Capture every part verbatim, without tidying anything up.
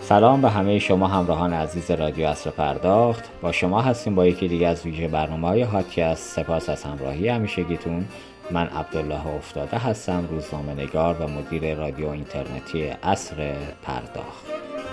سلام به همه شما همراهان عزیز رادیو عصر پرداخت. با شما هستیم با یکی دیگه از ویژه برنامه‌های هادکست. سپاس از همراهی همیشگیتون. من عبدالله افتاده هستم، روزنامه‌نگار و مدیر رادیو اینترنتی عصر پرداخت.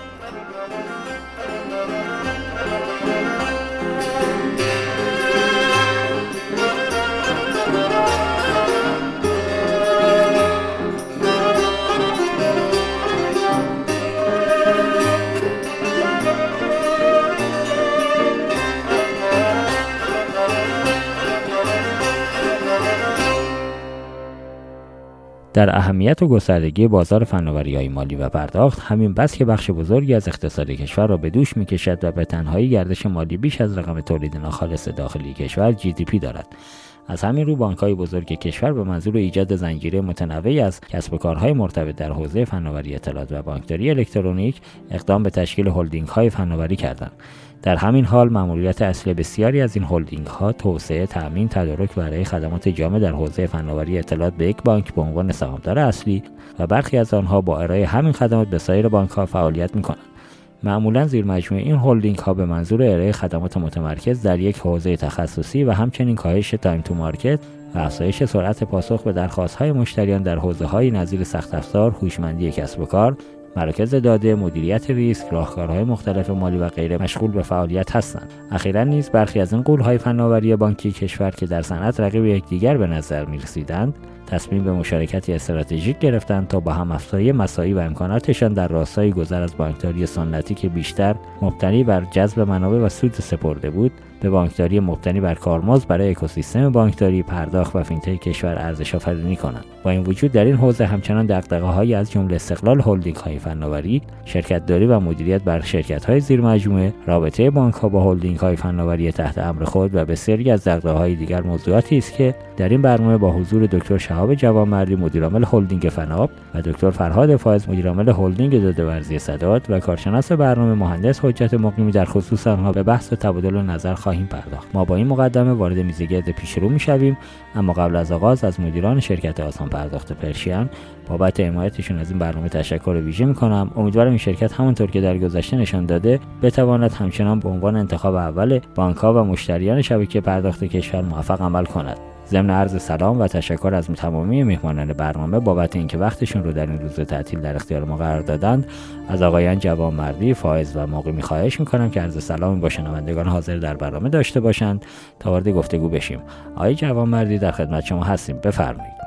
در اهمیت و گستردگی بازار فناوری‌های مالی و پرداخت، همین بس که بخش بزرگی از اقتصاد کشور را به دوش می‌کشد و به تنهایی گردش مالی بیش از رقم تولید ناخالص داخلی کشور جی دی پی دارد. از همین رو بانک‌های بزرگ کشور به منظور ایجاد زنجیره متنوعی از کسب و کارهای مرتبط در حوزه فناوری اطلاعات و بانکداری الکترونیک اقدام به تشکیل هلدینگ‌های فناوری کردند. در همین حال مأموریت اصلی بسیاری از این هلدینگ‌ها توسعه، تأمین، تدارک برای خدمات جامع در حوزه فناوری اطلاعات به یک بانک به عنوان سهامدار اصلی و برخی از آنها با ارائه همین خدمات به سایر بانک‌ها فعالیت می‌کنند. معمولاً زیر مجموعه این هلدینگ‌ها به منظور ارائه خدمات متمرکز در یک حوزه تخصصی و همچنین کاهش تایم تو مارکت و افزایش سرعت پاسخ به درخواست‌های مشتریان در حوزه‌های نظیر سخت افزار، هوشمندی کسب و کار، مراکز داده، مدیریت ریسک، راهکارهای مختلف مالی و غیره مشغول به فعالیت هستند. اخیراً نیز برخی از این غول‌های فناوری بانکی کشور که در صنعت رقیب یکدیگر به نظر می‌رسیدند، تصمیم به مشارکتی استراتژیک گرفتند تا با هم افزایی مساعی و امکاناتشان در راستای گذر از بانکداری سنتی که بیشتر مبتنی بر جذب منابع و سود سپرده بود، به بانکداری مبتنی بر کارمزد برای اکوسیستم بانکداری، پرداخت و فینتک کشور ارزش آفرینی کنند. با این وجود در این حوزه همچنان دغدغه‌هایی از جمله استقلال هلدینگ‌های فناوری، شرکت‌داری و مدیریت بر شرکت‌های زیر مجموعه، رابطه بانک‌ها با هلدینگ‌های فناوری تحت امر خود و بسیاری از دغدغه‌های دیگر موضوعاتی است که در این برنامه با حضور دکتر شهاب جوانمردی مدیرعامل هلدینگ فناب و دکتر فرهاد فائز مدیرعامل هلدینگ داده‌ورزی سداد و کارشناس برنامه مهندس حجت مقیمی در خصوص آنها به بحث و تبادل نظر خواهیم پرداخت. ما با این مقدمه وارد میزگرد پیشرو میشویم، اما قبل از آغاز از مدیران شرکت آسان پرداخت پرشین بابت حمایتشون از این برنامه تشکر ویژه میکنم. امیدوارم این شرکت همونطور که در گذشته نشان داده بتواند همچنان به عنوان انتخاب اول بانک‌ها و مشتریان شبکه پرداخت کشور موفق عمل کند. ضمن عرض سلام و تشکر از تمامی مهمانان برنامه بابت اینکه وقتشون رو در این روز تعطیل در اختیار ما قرار دادند، از آقایان جوانمردی، فائز و مقیمی خواهش میکنم که عرض سلام با شنوندگان حاضر در برنامه داشته باشند تا وارد گفتگو بشیم. آقای جوانمردی در خدمت شما هستیم، بفرمایید.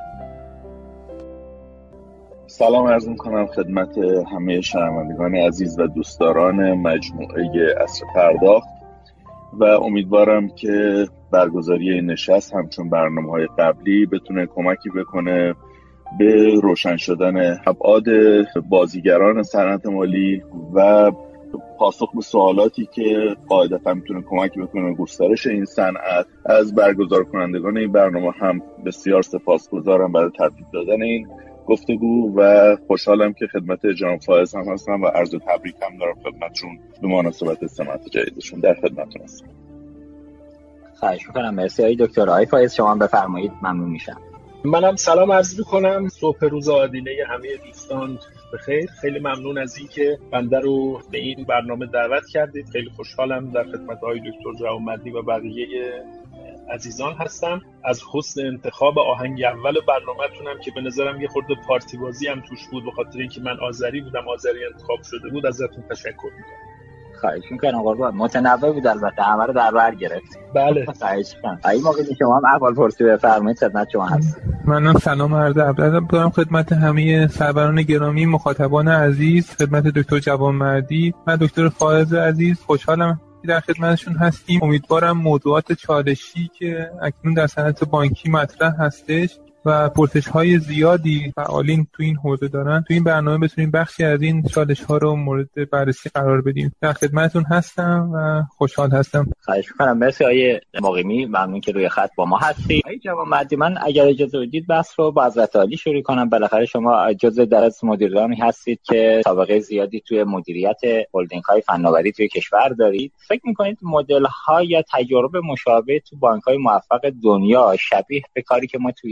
سلام عرض میکنم خدمت همه شنوندگان عزیز و دوستداران مجموعه عصر پرداخت و امیدوارم که برگزاری این نشست همچون برنامه‌های قبلی بتونه کمکی بکنه به روشن شدن ابعاد بازیگران صنعت مالی و پاسخ به سوالاتی که قاعدتا میتونه کمکی بکنه گسترش این صنعت. از برگزار کنندگان این برنامه هم بسیار سپاسگزارم برای ترتیب دادن این گفتگو و خوشحالم که خدمت جناب فائز هم هستم و عرض تبریک هم دارم خدمتشون به مناسبت سمت جدیدشون. در خدمتتون هستم. خواهش می‌کنم. مرسی آقای دکتر. آقای فائز شما بفرمایید، ممنون میشم. منم سلام عرض می‌کنم. صبح روز عادینه همه دوستان بخیر. خیلی ممنون از اینکه بنده رو به این برنامه دعوت کردید. خیلی خوشحالم در خدمت آقای دکتر جوانمردی و بقیه عزیزان هستم. از حسن انتخاب آهنگ اول برنامه‌تونم که به نظرم یه خورده پارتی بازی هم توش بود، به خاطر اینکه من آذری بودم، آذری انتخاب شده بود، ازتون تشکر می‌کنم. خواهش می‌کنم قربان. متنوع بود البته، همه رو در بر گرفت. بله. خواهش می‌کنم. آقای مقیمی شما هم احوال پرسی بفرمایید، خدمت شما هستم. منم سلام عرض ادب دارم خدمت همه سروران گرامی، مخاطبان عزیز، خدمت دکتر جوانمردی و دکتر فائز عزیز. خوشحالم در خدمتشون هستیم. امیدوارم موضوعات چالشی که اکنون در صنعت بانکی مطرح هستش و پرسش‌های زیادی فعالین تو این حوزه دارن، تو این برنامه بتونیم بخشی از این چالش‌ها رو مورد بررسی قرار بدیم. در خدمتتون هستم و خوشحال هستم. خواهش می‌کنم. مرسی آقای مقیمی، ممنون که روی خط با ما هستید. آقای جوانمردی، من اگر اجازه بدید بحث رو با حضرت عالی شروع کنم. بالاخره شما جزء درس مدیرانی هستید که سابقه زیادی توی مدیریت هلدینگ‌های فناوری توی کشور دارید. فکر می‌کنید مدل‌ها یا تجارب مشابه تو بانک‌های موفق دنیا شبیه به کاری که ما تو ایران کردیم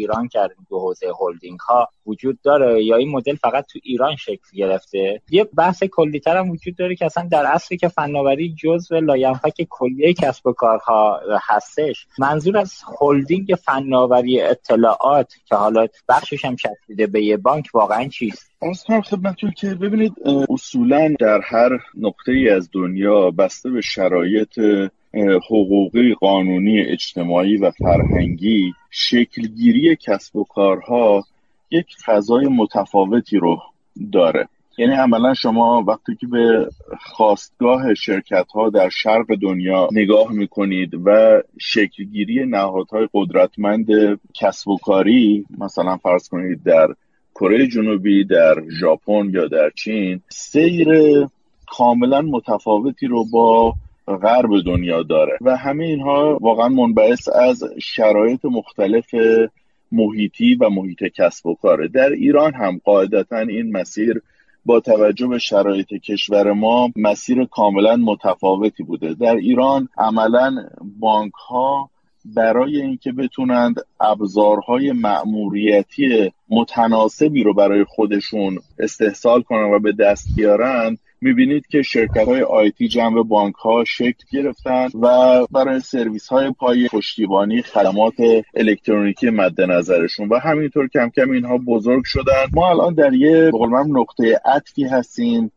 در دو حوزه هلدینگ ها وجود داره یا این مدل فقط تو ایران شکل گرفته؟ یه بحث کلی‌تر هم وجود داره که اصلا در اصلی که فناوری جزء لاینفک کلیه کسب و کارها هستش، منظور از هلدینگ فناوری اطلاعات که حالا بخشش هم چسبیده به یه بانک واقعا چیست؟ اصلا خدمتتون که ببینید اصولا در هر نقطه‌ای از دنیا بسته به شرایط حقوقی، قانونی، اجتماعی و فرهنگی شکلگیری کسب و کارها یک فضای متفاوتی رو داره. یعنی عملا شما وقتی که به خاستگاه شرکت‌ها در شرق دنیا نگاه می‌کنید و شکلگیری نهادهای قدرتمند کسب و کاری، مثلا فرض کنید در کره جنوبی، در ژاپن یا در چین، سیر کاملا متفاوتی رو با غرب دنیا داره و همه اینها واقعا منبعث از شرایط مختلف محیطی و محیط کسب و کاره. در ایران هم قاعدتاً این مسیر با توجه به شرایط کشور ما مسیر کاملا متفاوتی بوده. در ایران عملاً بانک‌ها برای اینکه بتونند ابزارهای مأموریتی متناسبی رو برای خودشون استحصال کنن و به دست بیارن، میبینید که شرکت‌های آیتی جنب بانک‌ها شکل گرفتن و برای سرویس‌های پای پشتیبانی خدمات الکترونیکی مد نظرشون و همینطور کم کم اینها بزرگ شدن. ما الان در یه به قول من نقطه عطفی هستیم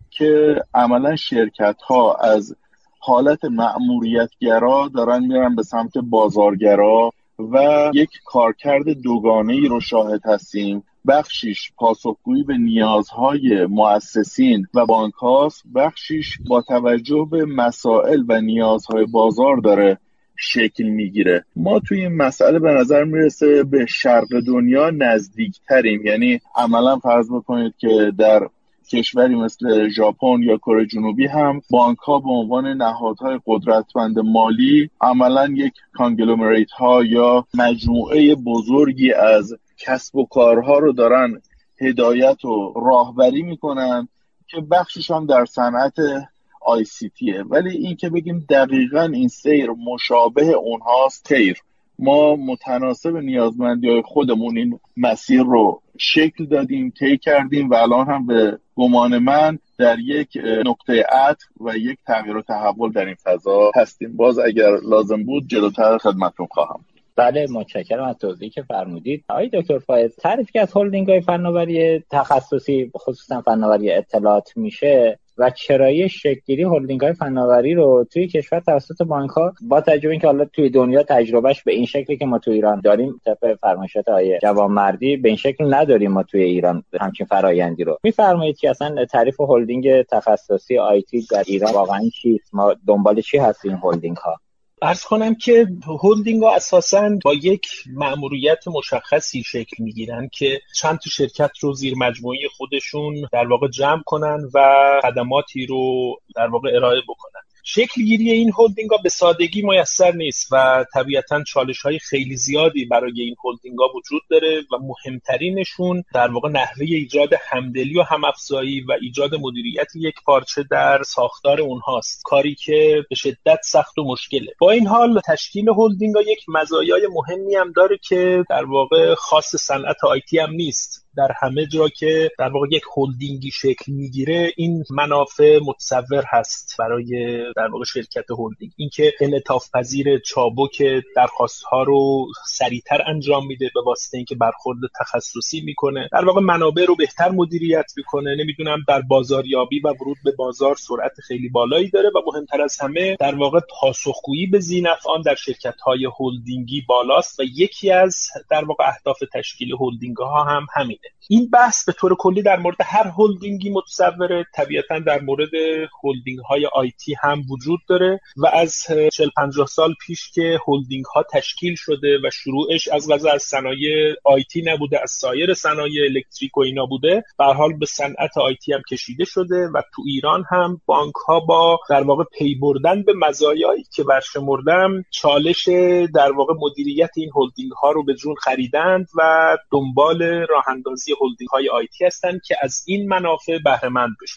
که عملاً شرکت‌ها از حالت مأموریتگرا دارن میرن به سمت بازارگرا و یک کارکرد دوگانه‌ای رو شاهد هستیم. بخشیش پاسخگویی به نیازهای مؤسسین و بانک هاست، بخشیش با توجه به مسائل و نیازهای بازار داره شکل میگیره. ما توی این مسئله به نظر میرسه به شرق دنیا نزدیکتریم. یعنی عملا فرض بکنید که در کشوری مثل ژاپن یا کره جنوبی هم بانک ها به عنوان نهادهای قدرتمند مالی عملا یک کانگلومریت ها یا مجموعه بزرگی از کسب و کارها رو دارن هدایت و راهبری میکنن که بخشش هم در صنعت آی سی تیه. ولی این که بگیم دقیقاً این سیر مشابه اونهاست، خیر. ما متناسب نیازمندی‌های خودمون این مسیر رو شکل دادیم، طی کردیم و الان هم به گمان من در یک نقطه عطف و یک تغییر و تحول در این فضا هستیم. باز اگر لازم بود جلوتر خدمتتون خواهم. بله، متشکرم از توضیحی که فرمودید. آقای دکتر فایز، تعریفی از هلدینگ‌های فناوری تخصصی خصوصا فناوری اطلاعات میشه و چرایی شکل‌گیری هلدینگ‌های فناوری رو توی کشور توسط بانک‌ها با تجربه اینکه حالا توی دنیا تجربهش به این شکلی که ما توی ایران داریم، طبق فرمایشات آقای جوانمردی به این شکل نداریم ما توی ایران همچین فرآیندی رو. می‌فرمایید که اصلا تعریف هلدینگ تخصصی آیتی در ایران واقعاً چیست؟ ما دنبال چی هستیم هلدینگ‌ها؟ عرض کنم که هلدینگ ها اساساً با یک مأموریت مشخصی شکل میگیرن که چند تا شرکت رو زیر مجموعه خودشون در واقع جمع کنن و خدماتی رو در واقع ارائه بکنن. شکل گیری این هلدینگ ها به سادگی میسر نیست و طبیعتاً چالش های خیلی زیادی برای این هلدینگ ها وجود داره و مهمترینشون در واقع نحوه ایجاد همدلی و همافزایی و ایجاد مدیریت یک پارچه در ساختار اونهاست، کاری که به شدت سخت و مشکله. با این حال تشکیل هلدینگ ها یک مزایای مهمی هم داره که در واقع خاص صنعت آیتی هم نیست. در همه جا که در واقع یک هلدینگی شکل میگیره این منافع متصور هست برای در واقع شرکت هلدینگ. اینکه انعطاف پذیر، چابک درخواست‌ها رو سریعتر انجام میده به واسطه اینکه برخورد تخصصی میکنه، در واقع منابع رو بهتر مدیریت میکنه، نمیدونم در بازاریابی و ورود به بازار سرعت خیلی بالایی داره و مهمتر از همه در واقع پاسخگویی به ذینفعان در شرکت‌های هلدینگی بالاست و یکی از در واقع اهداف تشکیل هلدینگ‌ها هم همینه. این بحث به طور کلی در مورد هر هلدینگی متصوره، طبیعتاً در مورد هلدینگ‌های آیتی هم وجود داره و از چهل پنجاه سال پیش که هلدینگ‌ها تشکیل شده و شروعش از قضا از صنایع آیتی نبوده، از سایر صنایع الکتریک و اینا بوده، به هر حال به صنعت آیتی هم کشیده شده و تو ایران هم بانک‌ها با در واقع پی بردن به مزایایی که برشمردم چالش در واقع مدیریت این هلدینگ‌ها رو به جون خریدند و دنبال راه‌اندازی هلدینگ‌های آیتی هستند که از این منافع بهره مند بشن.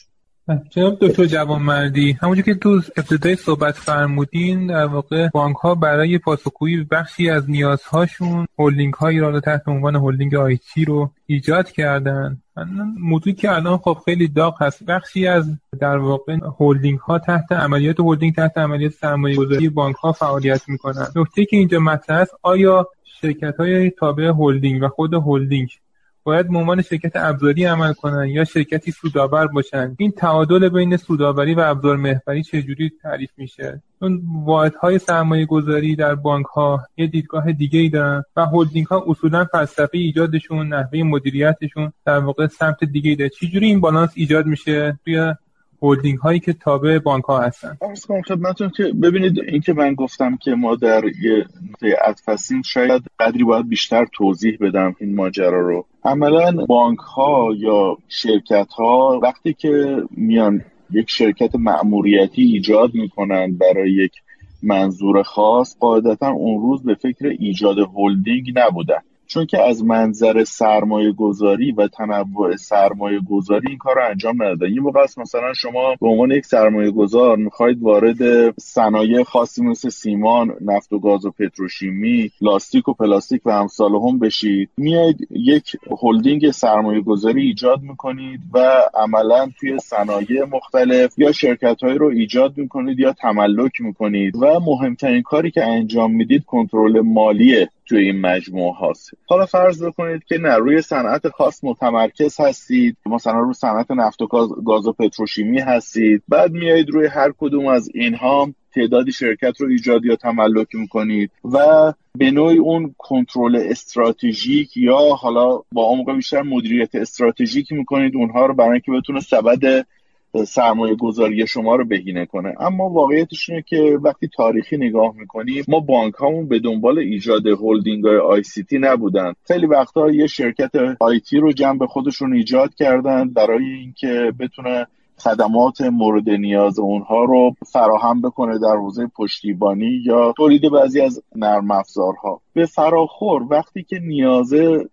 جناب دکتر جوانمردی، همونجور که تو ابتدای صحبت فرمودین، در واقع بانک ها برای پاسخگویی به بخشی از نیازهاشون هولدینگ هایی را تحت عنوان هولدینگ آیتی رو ایجاد کردن. موضوعی که الان خب خیلی داغ هست، بخشی از در واقع هولدینگ ها تحت عملیات هولدینگ تحت عملیات سرمایه گذاری بانک ها فعالیت میکنن. نکته که اینجا مطرح است، آیا شرکت های تابع هولدینگ و خود هولدینگ باید به عنوان شرکت ابزاری عمل کنن یا شرکتی سودآور باشن؟ این تعادل بین سودآوری و ابزار محوری چجوری تعریف میشه؟ چون واحدهای سرمایه گذاری در بانک ها یه دیدگاه دیگه ای دارن و هولدینگ ها اصولا فلسفه ایجادشون، نحوه مدیریتشون در واقع سمت دیگه ای داره. چجوری این بالانس ایجاد میشه توی هولدینگ هایی که تابع بانک ها هستن؟ عرض کنم خدمتتون که ببینید، این که من گفتم که ما در یه نقطه عطف هستیم، شاید قدری باید بیشتر توضیح بدم این ماجرا رو. عملاً بانک ها یا شرکت ها وقتی که میان یک شرکت مأموریتی ایجاد میکنن برای یک منظور خاص، قاعدتاً اون روز به فکر ایجاد هولدینگ نبودن، چون که از منظر سرمایه گذاری و تنوع سرمایه گذاری این کار رو انجام ندادن. یه موقع است مثلا شما به عنوان یک سرمایه گذار میخواید وارد صنایع خاصی مثل سیمان، نفت و گاز و پتروشیمی، لاستیک و پلاستیک و امثال هم بشید، میاید یک هلدینگ سرمایه گذاری ایجاد میکنید و عملا توی صنایع مختلف یا شرکت‌هایی رو ایجاد میکنید یا تملک میکنید و مهمترین کاری که انجام میدید کنترل مالیه توی این مجموعه هاست. حالا فرض بکنید که نه روی صنعت خاص متمرکز هستید، مثلا روی صنعت نفت و گاز و پتروشیمی هستید، بعد میایید روی هر کدوم از اینها تعدادی شرکت رو ایجاد یا تملک میکنید و به نوعی اون کنترل استراتژیک یا حالا با عمق بیشتر مدیریت استراتژیک میکنید اونها رو برای اینکه بتونه سبد سرمایه گذاری شما رو بهینه کنه. اما واقعیتش اینه که وقتی تاریخی نگاه میکنیم، ما بانک هامون به دنبال ایجاد هولدینگ های آی سی تی نبودن. خیلی وقتا یه شرکت آی تی رو جنب خودشون ایجاد کردن برای اینکه بتونه خدمات مورد نیاز اونها رو فراهم بکنه در حوزه پشتیبانی یا تولید بعضی از نرم افزارها. به فراخور وقتی که نیاز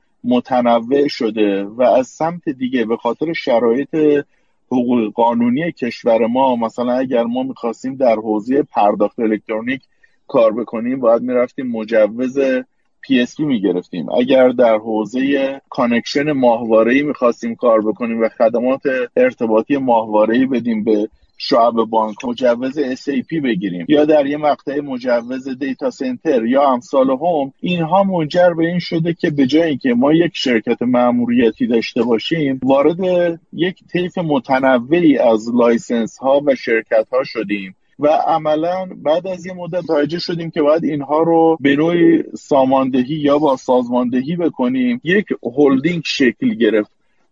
متنوع شده و از سمت دیگه به خاطر شرایط حقوق قانونی کشور ما، مثلا اگر ما میخواستیم در حوزه پرداخت الکترونیک کار بکنیم باید میرفتیم مجوز پی اس پی میگرفتیم، اگر در حوزه کانکشن ماهواره‌ای میخواستیم کار بکنیم و خدمات ارتباطی ماهواره‌ای بدیم به شعب بانک مجوز اس ای پی بگیریم یا در یه مقطع مجوز دیتا سنتر یا امثال هم، اینها منجر به این شده که به جای اینکه ما یک شرکت مأموریتی داشته باشیم وارد یک طیف متنوعی از لایسنس ها و شرکت ها شدیم و عملا بعد از یه مدت متوجه شدیم که باید اینها رو به نوعی ساماندهی یا با سازماندهی بکنیم، یک هولدینگ شکل گرفت.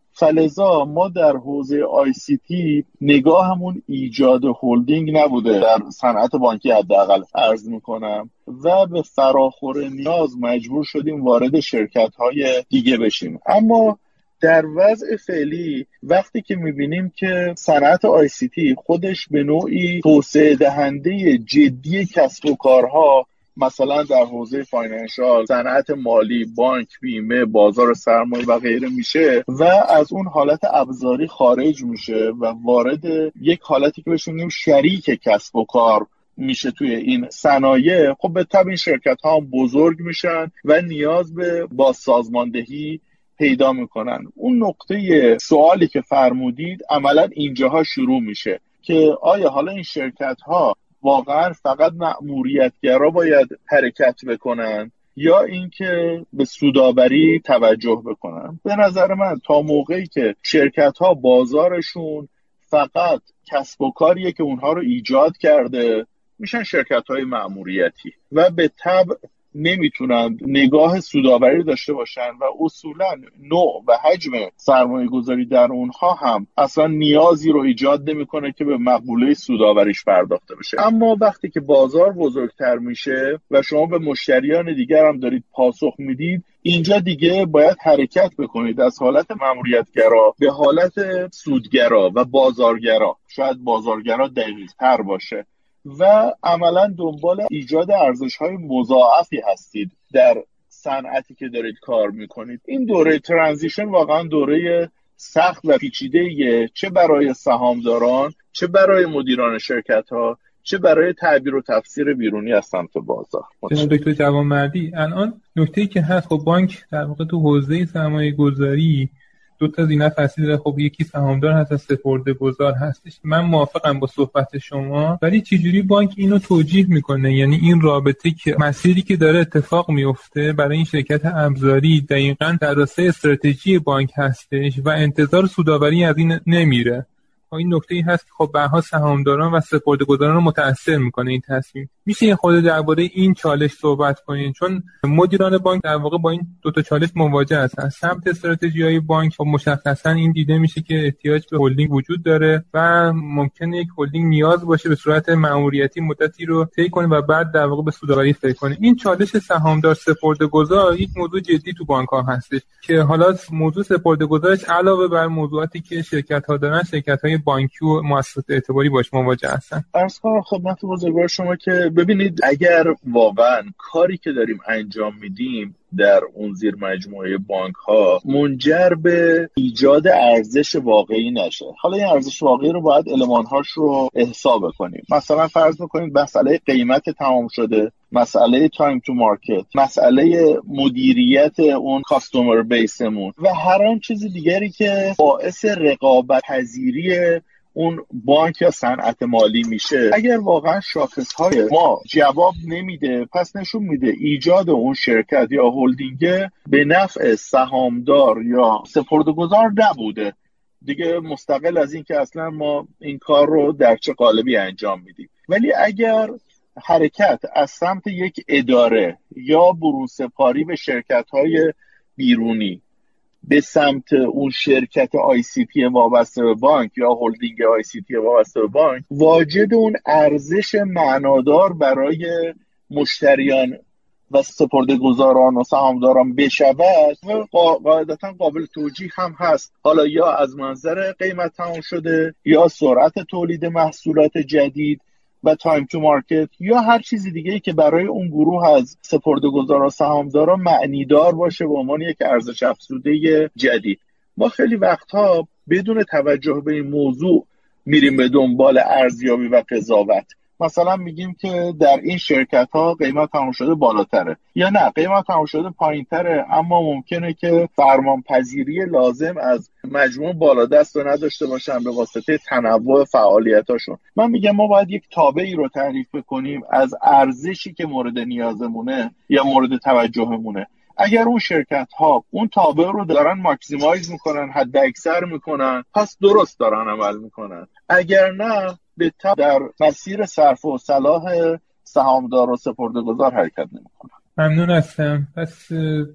فلذا ما در حوزه آی سی تی نگاهمون ایجاد هولدینگ نبوده در صنعت بانکی حداقل عرض میکنم و به فراخور نیاز مجبور شدیم وارد شرکت‌های دیگه بشیم. اما در وضع فعلی وقتی که میبینیم که صنعت آی سی تی خودش به نوعی توسعه دهنده جدی کسب و کارها، مثلا در حوزه فاینانشال، صنعت مالی، بانک، بیمه، بازار سرمایه و غیره میشه و از اون حالت ابزاری خارج میشه و وارد یک حالتی که بهش میگیم شریک کسب و کار میشه توی این صنایع، خب به طبع این شرکت ها بزرگ میشن و نیاز به بازسازماندهی پیدا میکنن. اون نقطه سوالی که فرمودید عملا اینجاها شروع میشه که آیا حالا این شرکت ها واقعا فقط مأموریتگرا باید حرکت بکنن یا اینکه به سودآوری توجه بکنن؟ به نظر من تا موقعی که شرکت ها بازارشون فقط کسب و کاریه که اونها رو ایجاد کرده میشن شرکت های مأموریتی و به طبع نمیتونن نگاه سودآوری داشته باشن و اصولا نوع و حجم سرمایه گذاری در اونها هم اصلا نیازی رو ایجاد نمیکنه که به مقوله سودآوریش پرداخته بشه. اما وقتی که بازار بزرگتر میشه و شما به مشتریان دیگر هم دارید پاسخ میدید، اینجا دیگه باید حرکت بکنید از حالت مأموریتگرا به حالت سودگرا و بازارگرا، شاید بازارگرا دقیق‌تر باشه و عملا دنبال ایجاد ارزش‌های مضاعفی هستید در صنعتی که دارید کار میکنید. این دوره ترانزیشن واقعا دوره سخت و پیچیده، چه برای سهامداران، چه برای مدیران شرکت ها، چه برای تعبیر و تفسیر بیرونی از سمت بازار. جناب دکتر جوانمردی، الان نکته‌ای که هست، خب بانک در واقع تو حوزه سرمایه گذاری دو تا زینت اصلی داره. خب یکی سهامدار هست، از سپرده‌گذار هستش. من موافقم با صحبت شما، ولی چجوری بانک اینو توجیه میکنه؟ یعنی این رابطه که مسیری که داره اتفاق میفته برای این شرکت ابزاری دقیقاً در راستای استراتژی بانک هستش و انتظار سودآوری از این نمیره. این نکته‌ای هست که خب بها سهامداران و سپرده‌گذاران رو متأثر میکنه این تصمیم. میشه یه خورده درباره این چالش صحبت کنین؟ چون مدیران بانک در واقع با این دو تا چالش مواجه هستن. سمت استراتژی‌های بانک خب مشخصاً این دیده میشه که احتیاج به هلدینگ وجود داره و ممکنه یک هلدینگ نیاز باشه به صورت مأموریتی مدتی رو طی کنه و بعد در واقع به سودآوری فکر کنه. این چالش سهامدار سپرده‌گذار یک موضوع جدی تو بانک‌ها هستش که حالا موضوع سپرده‌گذارش علاوه بر موضوعاتی که شرکت‌ها دارن، شرکت‌های بانکی و مؤسسات اعتباری باش مواجه هستن. عرض کنم خدمت بزرگوار شما که ببینید، اگر واقعا کاری که داریم انجام میدیم در اون زیر مجموعه بانک ها منجر به ایجاد ارزش واقعی نشه، حالا این ارزش واقعی رو باید المان هاش رو حساب کنیم. مثلا فرض میکنید مسئله قیمت تمام شده، مسئله تایم تو مارکت، مسئله مدیریت اون کاستومر بیسمون و هر آن چیز دیگری که باعث رقابت پذیری اون بانک یا صنعت مالی میشه. اگر واقعا شاخصهای ما جواب نمیده، پس نشون میده ایجاد اون شرکت یا هلدینگ به نفع سهامدار یا سپرده‌گذار نبوده دیگه، مستقل از این که اصلا ما این کار رو در چه قالبی انجام میدیم. ولی اگر حرکت از سمت یک اداره یا بروسپاری به شرکت‌های بیرونی به سمت اون شرکت آی سی پی وابسته به بانک یا هلدینگ آی سی پی وابسته به بانک واجد اون ارزش معنادار برای مشتریان و سپرده‌گذاران و سهامداران بشود و قاعدتا قابل توجیه هم هست، حالا یا از منظر قیمت تمام شده یا سرعت تولید محصولات جدید و تایم تو مارکت یا هر چیزی دیگه‌ای که برای اون گروه از سپرده‌گذاران و سهامداران معنیدار باشه به عنوان یک ارزش افزوده جدید. ما خیلی وقتها بدون توجه به این موضوع میریم به دنبال ارزیابی و قضاوت. مثلا میگیم که در این شرکت ها قیمت تمام شده بالاتره یا نه قیمت تمام شده پایینتره، اما ممکنه که فرمانپذیری لازم از مجموع بالادست رو نداشته باشن به واسطه تنوع فعالیتاشون. من میگم ما باید یک تابعی رو تعریف کنیم از ارزشی که مورد نیازمونه یا مورد توجهمونه. اگر اون شرکت ها اون تابع رو دارن ماکسیمایز میکنن، حد اکثر میکنن، پس درست دارن عمل میکنن. اگر نه به تبع در مسیر صرف و صلاح سهامدار و سپرده‌گذار حرکت نمیکنن. ممنون هستم. پس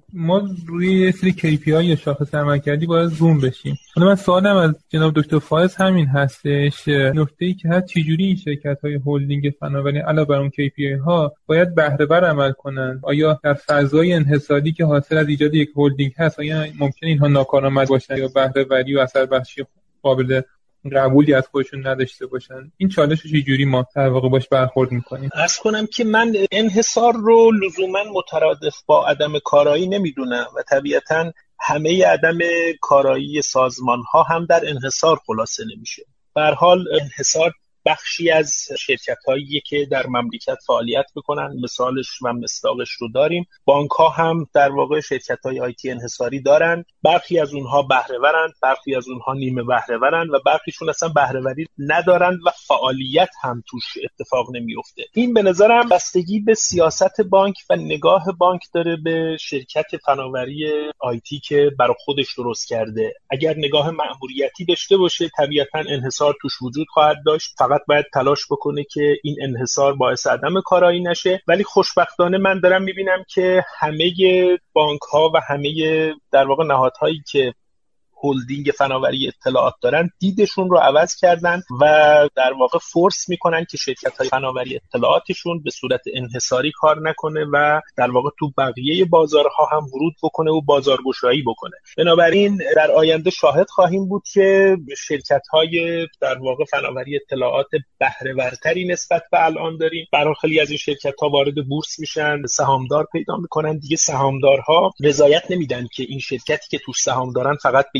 ما روی یه سری کی پی آی یا شاخص عملکردی باید زوم بشیم. حالا من سوالم از جناب دکتر فائز همین هستش، نکته‌ای که هست چجوری این شرکت‌های هلدینگ فناوری علاوه بر اون کی پی آی ها باید بهره ور عمل کنن؟ آیا در فضای انحصاری که حاصل از ایجاد یک هلدینگ هست آیا ممکنه اینها ناکارآمد باشن یا بهره وری و اثر بخشی قابل قبولی از خودشون نداشته باشن؟ این چالش رو چجوری ما در واقع باش برخورد میکنیم؟ عرض کنم که من انحصار رو لزوما مترادف با عدم کارایی نمیدونم و طبیعتا همه عدم کارایی سازمان ها هم در انحصار خلاصه نمیشه. به هر حال انحصار بخشی از شرکت‌هایی که در مملکت فعالیت میکنن، مثالش و مصداقش رو داریم. بانک‌ها هم در واقع شرکت‌های آیتی انحصاری دارن، برخی از اونها بهره‌ورن، برخی از اونها نیمه بهره‌ورن و برخیشون اصلا بهره‌وری ندارن و فعالیت هم توش اتفاق نمیفته. این به نظرم بستگی به سیاست بانک و نگاه بانک داره به شرکت فناوری آیتی که برای خودش درست کرده. اگر نگاه مأموریتی داشته باشه طبیعتاً انحصار توش وجود خواهد داشت، فقط باید تلاش بکنه که این انحصار باعث عدم کارایی نشه. ولی خوشبختانه من دارم میبینم که همه بانک ها و همه در واقع نهادهایی که هلدینگ فناوری اطلاعات دارن دیدشون رو عوض کردن و در واقع فورس میکنن که شرکت‌های فناوری اطلاعاتشون به صورت انحصاری کار نکنه و در واقع تو بقیه بازارها هم ورود بکنه و بازارگشایی بکنه. بنابراین در آینده شاهد خواهیم بود که شرکت‌های در واقع فناوری اطلاعات بهره ورتری نسبت به الان داریم. برای خیلی از این شرکت‌ها وارد بورس میشن، سهامدار پیدا میکنن. دیگه سهامدارها رضایت نمیدن که این شرکتی که توش سهام دارن فقط به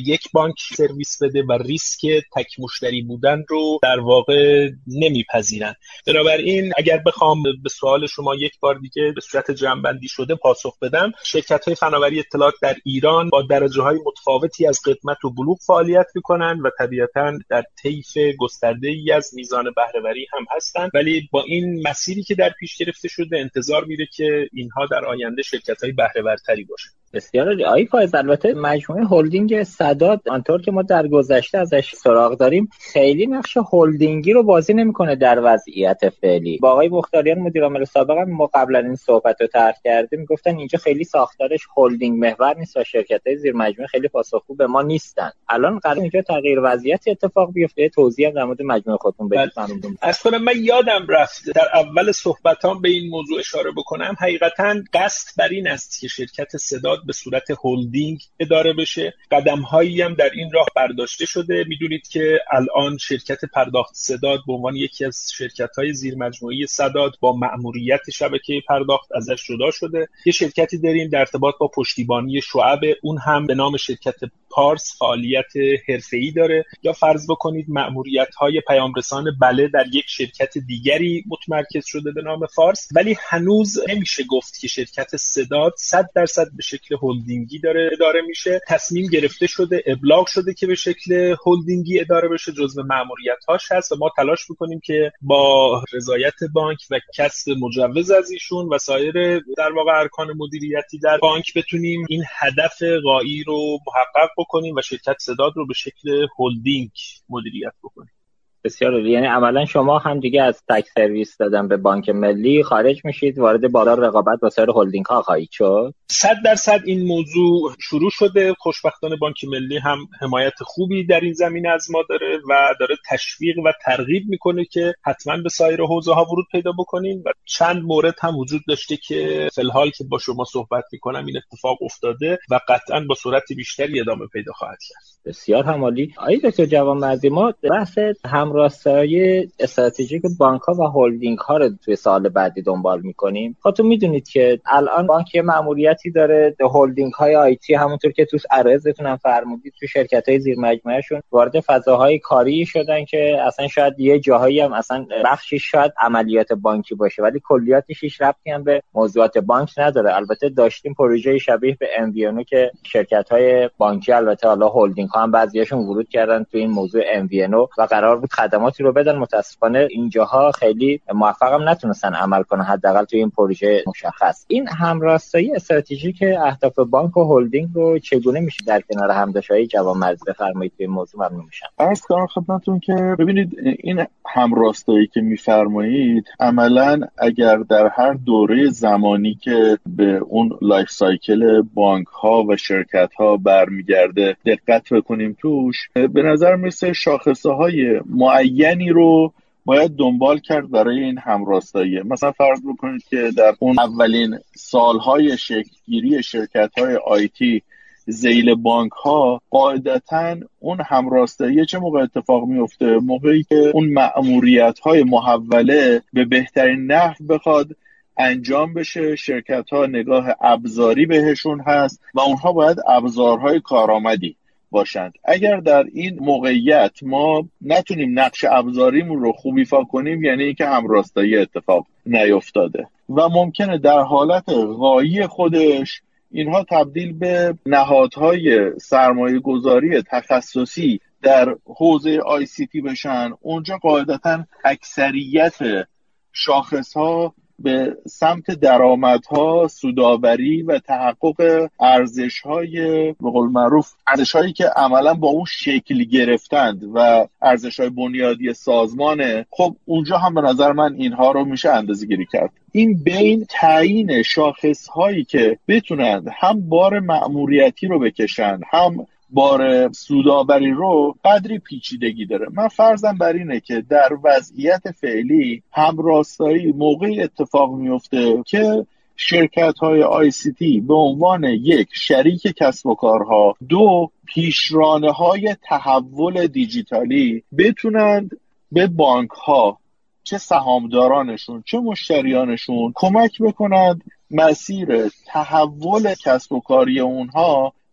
یک بانک سرویس بده و ریسک تک مشتری بودن رو در واقع نمیپذیرن. بنابراین اگر بخوام به سوال شما یک بار دیگه به صورت جمع‌بندی شده پاسخ بدم، شرکت‌های فناوری اطلاعات در ایران با درجه‌های متفاوتی از قدمت و بلوغ فعالیت می‌کنند و طبیعتاً در طیف گسترده‌ای از میزان بهره‌وری هم هستند، ولی با این مسیری که در پیش گرفته شده انتظار میره که اینها در آینده شرکت‌های بهره‌ورتری باشند. بسیار عالی. آقای فایز، البته مجموعه هلدینگ سداد آنطور که ما در گذشته ازش سراغ داریم خیلی نقش هلدینگی رو بازی نمی‌کنه در وضعیت فعلی. با آقای مختاریان مدیر عامل سابق هم ما قبلا این صحبت رو طرح کردیم، میگفتن اینجا خیلی ساختارش هلدینگ محور نیست و شرکت‌های زیر مجموعه خیلی پاسخگو به ما نیستن. الان قرار اینجا تغییر وضعیتی اتفاق بیفته. توضیح هم در مورد مجموعه خودتون بدید ممنون. اصلا من یادم رفت در اول صحبتام به این موضوع اشاره بکنم. حقیقتاً قصد بر این است که شرکت سداد به صورت هلدینگ اداره بشه. قدم‌هایی هم در این راه برداشته شده. میدونید که الان شرکت پرداخت سداد به عنوان یکی از شرکت‌های زیر مجموعه سداد با مأموریت شبکه پرداخت ازش جدا شده. یه شرکتی داریم در ارتباط با پشتیبانی شعب، اون هم به نام شرکت پارس فعالیت حرفه‌ای داره. یا فرض بکنید مأموریت‌های پیامرسان بله در یک شرکت دیگری متمرکز شده به نام فارس، ولی هنوز نمیشه گفت که شرکت سداد صد درصد به شکل هلدینگی داره اداره میشه. تصمیم گرفته شده، ابلاغ شده که به شکل هلدینگی اداره بشه، جزو مأموریت‌هاش هست و ما تلاش می‌کنیم که با رضایت بانک و کسب مجوز از ایشون و سایر در واقع ارکان مدیریتی در بانک بتونیم این هدف غایی رو محقق بکنیم و شرکت سداد رو به شکل هلدینگ مدیریت بکنیم. بسیار عالی. یعنی عملا شما هم دیگه از تک سرویس دادن به بانک ملی خارج میشید، وارد بازار رقابت با سایر هلدینگ ها خواهید شد. صد درصد این موضوع شروع شده. خوشبختانه بانک ملی هم حمایت خوبی در این زمینه از ما داره و داره تشویق و ترغیب میکنه که حتما به سایر حوزه ها ورود پیدا بکنین و چند مورد هم وجود داشته که فی الحال که با شما صحبت میکنم این اتفاق افتاده و قطعا با سرعت بیشتری ادامه پیدا خواهد کرد. بسیار هم عالی. آقای دکتر جوانمردی، ما بحث همراستایی استراتژیک بانک‌ها و هلدینگ‌ها رو توی سال بعدی دنبال می‌کنیم. خودتون می‌دونید که الان بانک یه مأموریتی داره، هلدینگ‌های آیتی همونطور که تو عرضتون هم فرمودید تو شرکت‌های زیر مجموعه‌شون وارد فضاهای کاری شدن که اصلا شاید یه جاهایی هم اصلا بخشی شاید عملیات بانکی باشه ولی کلیاتش هیچ ربطی هم به موضوعات بانک نداره. البته داشتیم پروژه شبیه به ام وی ان او که شرکت‌های بانکی البته حالا هلدینگ‌ها هم بعضیاشون ورود کردن تو این موضوع ام وی ان او و قرار بود خدماتی رو بدن. متاسفانه اینجاها خیلی موفق هم نتونستن عمل کنن، حداقل تو این پروژه مشخص. این همراستایی استراتژیک اهداف بانک و هلدینگ رو چگونه میشه در کنار همداشت‌های جوانمردی بفرمایید توی این موضوع ممنون میشم. عرض کنم خدمتتون که ببینید این همراستایی که میفرمایید عملاً اگر در هر دوره زمانی که به اون لایف سایکل بانک‌ها و شرکت‌ها برمیگرده دقت بکنیم توش، به نظر میسه شاخصه‌های معینی رو باید دنبال کرد برای این همراستایی. مثلا فرض بکنید که در اون اولین سالهای شکلگیری شرکت‌های آیتی ذیل بانک‌ها قاعدتاً اون همراستایی چه موقع اتفاق میفته؟ موقعی که اون مأموریت‌های محوله به بهترین نحو بخواد انجام بشه، شرکت‌ها نگاه ابزاری بهشون هست و اونها باید ابزارهای کارآمدی باشند. اگر در این موقعیت ما نتونیم نقش ابزاریمون رو خوب ایفا کنیم یعنی اینکه همراستایی اتفاق نیفتاده و ممکنه در حالت غایی خودش اینها تبدیل به نهادهای سرمایه گذاری تخصصی در حوزه آی سی تی بشن. اونجا قاعدتاً اکثریت شاخصها به سمت درآمدها، سودآوری و تحقق ارزش‌های به قول معروف ارزش‌هایی که عملاً با اون شکل گرفتند و ارزش‌های بنیادی سازمانه، خب اونجا هم به نظر من اینها رو میشه اندازه‌گیری کرد. این بین تعیین شاخص‌هایی که بتونند هم بار مأموریتی رو بکشن هم بار سودآوری رو قدری پیچیدگی داره. من فرضم بر اینه که در وضعیت فعلی همراستایی موقعی اتفاق میفته که شرکت‌های آی سی تی به عنوان یک شریک کسب و کارها، دو پیشرانه‌های تحول دیجیتالی بتونند به بانک‌ها چه سهامدارانشون چه مشتریانشون کمک بکنند مسیر تحول کسب و کاری اونها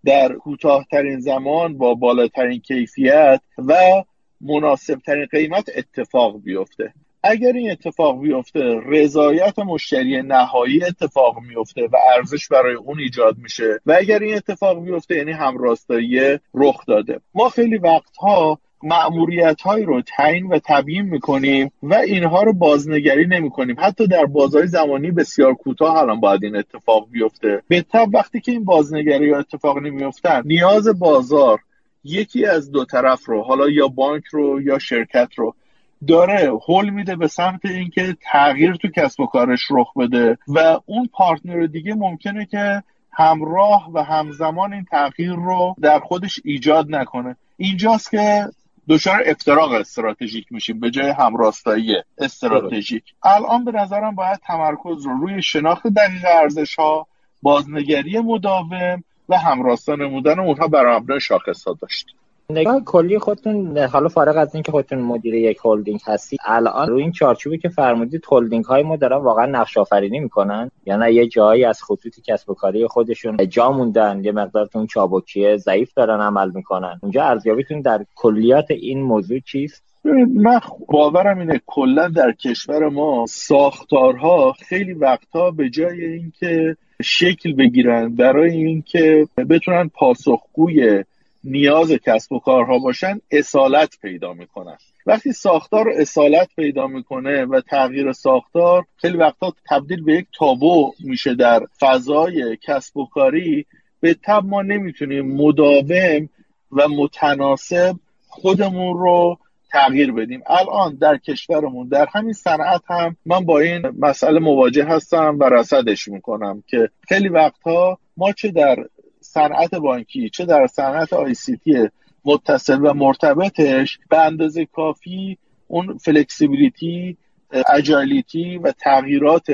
در کوتاه‌ترین زمان با بالاترین کیفیت و مناسبترین قیمت اتفاق بیفته. اگر این اتفاق بیفته رضایت مشتری نهایی اتفاق میفته و ارزش برای اون ایجاد میشه و اگر این اتفاق بیفته یعنی همراستایی رخ داده. ما خیلی وقتها مأموریت‌هایی رو تعیین و تبیین می‌کنیم و اینها رو بازنگری نمی‌کنیم. حتی در بازهای زمانی بسیار کوتاه الان باید این اتفاق بیفته. به طب وقتی که این بازنگری ها اتفاق نمی‌افتن، نیاز بازار یکی از دو طرف رو، حالا یا بانک رو یا شرکت رو، داره هول میده به سمت اینکه تغییر تو کسب و کارش رخ بده و اون پارتنر دیگه ممکنه که همراه و همزمان این تغییر رو در خودش ایجاد نکنه. اینجاست که دچار افتراق استراتژیک میشیم به جای همراستایی استراتژیک. الان به نظرم باید تمرکز رو روی شناخت دقیق ارزش‌ها، بازنگری مداوم و همراستا نمودن اونها بر مبنای شاخص‌ها داشت. نگاه کلی خودتون، حالا فارغ از این که خودتون مدیر یک هلدینگ هستی، الان روی این چارچوبی که فرمودید هلدینگ های ما دارن واقعا نقش آفرینی میکنن یا نه یه جایی از خطوط کسب و کاری خودشون جا موندن، یه مقدار تو اون چابکیه ضعیف دارن عمل میکنن؟ اونجا ارزیابیتون در کلیات این موضوع چیست؟ من باورم اینه کلا در کشور ما ساختارها خیلی وقتها به جای اینکه شکل بگیرن برای اینکه بتونن پاسخگوی نیاز کسب و کارها باشن، اصالت پیدا میکنن. وقتی ساختار اصالت پیدا میکنه و تغییر ساختار خیلی وقتا تبدیل به یک تابو میشه در فضای کسب و کاری، به طب ما نمیتونیم مداوم و متناسب خودمون رو تغییر بدیم. الان در کشورمون در همین صنعت هم من با این مسئله مواجه هستم و رصدش میکنم که خیلی وقتها ما چه در صنعت بانکی چه در صنعت آی سی تی متصل و مرتبطش به اندازه کافی اون فلکسیبیلیتی، اجایلیتی و تغییرات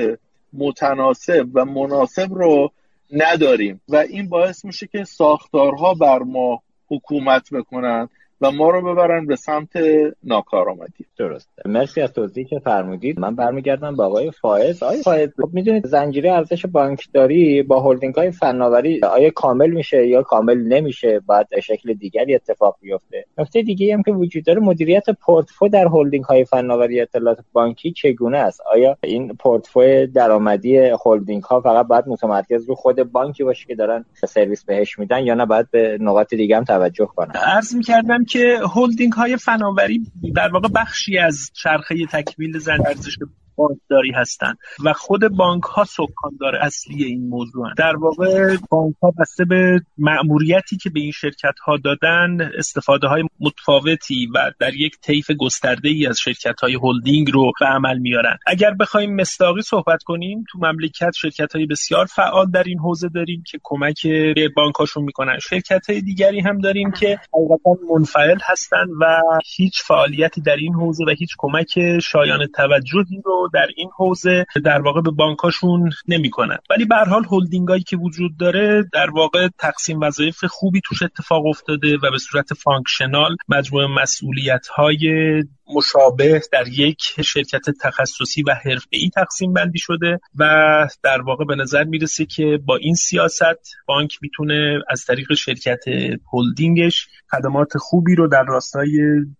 متناسب و مناسب رو نداریم و این باعث میشه که ساختارها بر ما حکومت بکنن و ما رو ببرن به سمت ناکارآمدی. درسته. مرسی از توضیحی که فرمودید. من برمیگردم با آقای فائز. آقای فائز، خب میدونید زنجیره ارزش بانکداری با هلدینگ‌های فناوری آیا کامل میشه یا کامل نمیشه، بعد شکل دیگری اتفاق بیفته. نکته دیگه‌ای هم که وجود داره مدیریت پورتفوی در هلدینگ‌های فناوری اطلاعات بانکی چگونه است؟ آیا این پورتفوی درآمدی هلدینگ‌ها فقط باید متمرکز رو خود بانکی باشه که دارن سرویس بهش میدن یا نه باید به نقاط دیگه هم توجه کنن؟ عرض می‌کردم که هلدینگ های فناوری در واقع بخشی از چرخه تکمیل زنجیره ارزش بانکداری هستند و خود بانک ها سکاندار اصلی این موضوع هستند. در واقع بانک ها بسته به مأموریتی که به این شرکت ها دادن استفاده های متفاوتی و در یک طیف گسترده ای از شرکت های هلدینگ رو به عمل میارن. اگر بخوایم مصداقی صحبت کنیم، تو مملکت شرکت های بسیار فعال در این حوزه داریم که کمک به بانک هاشون میکنن. شرکت های دیگری هم داریم که حقیقتا منفعل هستن و هیچ فعالیتی در این حوزه و هیچ کمک شایان توجهی رو در این حوزه در واقع به بانکاشون نمی‌کنن. ولی به هر حال هلدینگایی که وجود داره در واقع تقسیم وظایف خوبی توش اتفاق افتاده و به صورت فانکشنال مجموعه مسئولیت‌های مشابه در یک شرکت تخصصی و حرفه‌ای تقسیم بندی شده و در واقع به نظر میرسه که با این سیاست بانک میتونه از طریق شرکت هلدینگش خدمات خوبی رو در راستای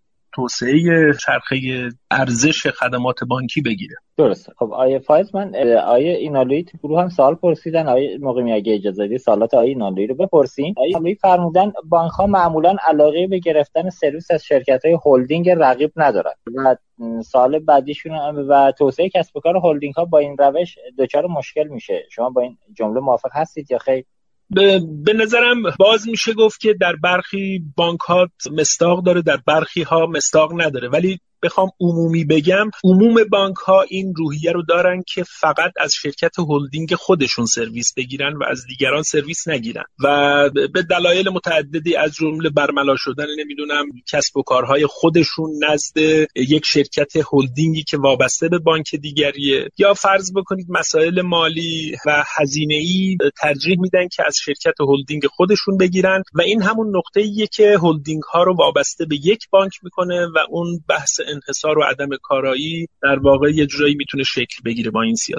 توسعه چرخه ارزش خدمات بانکی بگیره. درسته. خب آیه فایز، من آیه اینالویی تو گروه هم سوال پرسیدن، آیه مقیمی اگه اجازه بدید سوالات آیه اینالویی رو بپرسیم. آیه اینالویی فرمودن بانک ها معمولا علاقه به گرفتن سرویس از شرکت های هلدینگ رقیب ندارن و سال بعدیشون و توسعه کسب و کار هلدینگ ها با این روش دچار مشکل میشه. شما با این جمله موافق هستید یا خیر؟ به نظرم باز میشه گفت که در برخی بانک ها مصداق داره، در برخی ها مصداق نداره، ولی بخوام عمومی بگم عموم بانک ها این روحیه رو دارن که فقط از شرکت هلدینگ خودشون سرویس بگیرن و از دیگران سرویس نگیرن و به دلایل متعددی از جمله برملا شدن نمیدونم کسب و کارهای خودشون نزد یک شرکت هلدینگی که وابسته به بانک دیگریه، یا فرض بکنید مسائل مالی و هزینه‌ای ترجیح میدن که از شرکت هلدینگ خودشون بگیرن و این همون نقطه‌ایه که هلدینگ ها رو وابسته به یک بانک میکنه و اون بحث انحصار و عدم کارایی در واقع یه جورایی میتونه شکل بگیره با این سیاست.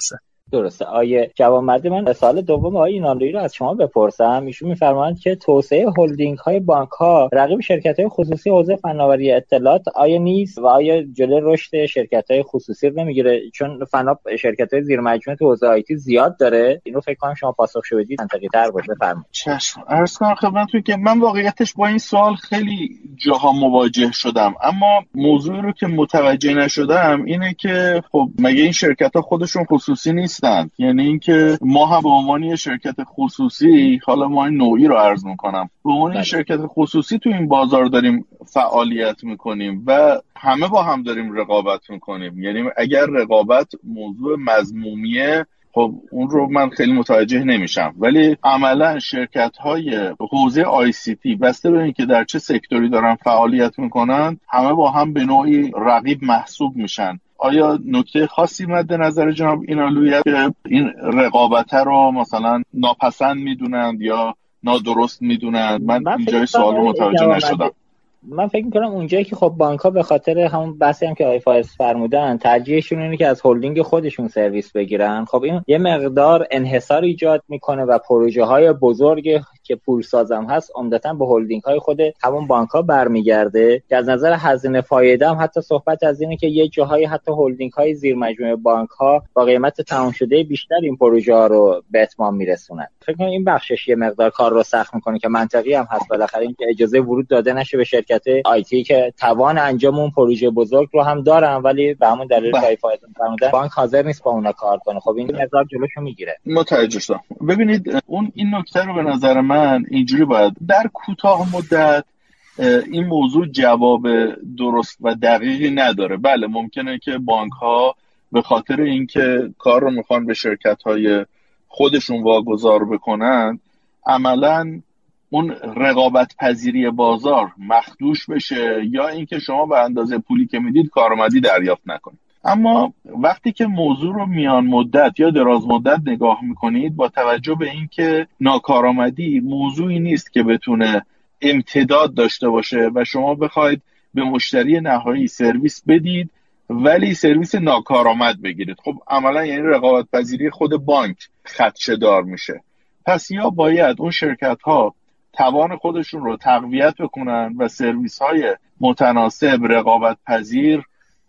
درسته. آیه جوانمردی، من سوال دوم آیه اینانلویی رو از شما بپرسم. ایشون میفرمایند که توسعه هلدینگ های بانک ها رقیب شرکت های خصوصی حوزه فناوری اطلاعات آیا نیست و آیا جلوی رشد شرکت های خصوصی رو نمیگیره؟ چون فنا شرکت های زیر مجموعه تو حوزه آیتی زیاد داره. اینو فکر کنم شما پاسخشو بدید منطقی تر باشه. بفرمایید. چشم. عرض کنم خدمتتون که من واقعیتش با این سوال خیلی جاها مواجه شدم، اما موضوعی رو که متوجه نشدم اینه که خب مگه این شرکت ها خودشون خصوصی نیستن؟ یعنی اینکه ما هم به عنوان یه شرکت خصوصی، حالا ما این نوعی رو عرض میکنم، به عنوان یه شرکت خصوصی تو این بازار داریم فعالیت میکنیم و همه با هم داریم رقابت میکنیم. یعنی اگر رقابت موضوع مذمومیه خب اون رو من خیلی متوجه نمیشم، ولی عملا شرکت های حوزه آی سی تی بسته به اینکه در چه سکتوری دارن فعالیت میکنن همه با هم به نوعی رقیب محسوب میشن. آیا نکته خاصی مد نظر جناب اینانلویی که این رقابت رو مثلا ناپسند میدونند یا نادرست میدونند؟ من, من اینجای سوال رو متوجه نشدم. من فکر می‌کنم اونجایی که خب بانک‌ها به خاطر همون بحثی هم که آقای فائز فرمودن ترجیحشون اینه که از هلدینگ خودشون سرویس بگیرن، خب این یه مقدار انحصار ایجاد میکنه و پروژه‌های بزرگ که پول سازم هست عمدتاً به هلدینگ‌های خود همون بانک‌ها برمیگرده که از نظر هزینه فایده هم حتی صحبت از اینه که یه جاهای حتی هلدینگ‌های زیر مجموعه بانک‌ها با قیمت تمام شده بیشتر این پروژه‌ها رو به اتمام میرسونن. فکر کنم این بخشش یه مقدار کار رو سخت میکنه که منطقی هم هست بالاخره اینکه اجازه ورود داده نشه به شرکت آیتی که توان انجام اون پروژه بزرگ رو هم دارن ولی به همون دلیل که فایده فرمودن بانک حاضر نیست با اونا کار کنه. خب این مقدار جلوشو میگیره. متوجه شدم. ببینید اون این نکته رو به نظر من اینجوری باید در کوتاه مدت این موضوع جواب درست و دقیقی نداره. بله ممکنه که بانک ها به خاطر اینکه کار رو میخوان به شرکت های خودشون واگذار بکنن عملاً اون رقابت پذیری بازار مخدوش بشه یا اینکه شما به اندازه پولی که میدید کارآمدی دریافت نکنید. اما وقتی که موضوع رو میان مدت یا دراز مدت نگاه میکنید با توجه به اینکه ناکارآمدی موضوعی نیست که بتونه امتداد داشته باشه و شما بخواید به مشتری نهایی سرویس بدید ولی سرویس ناکارآمد بگیرید، خب عملا یعنی رقابت پذیری خود بانک خدشه دار میشه. پس یا باید اون شرکت ها توان خودشون رو تقویت بکنن و سرویس های متناسب رقابت پذیر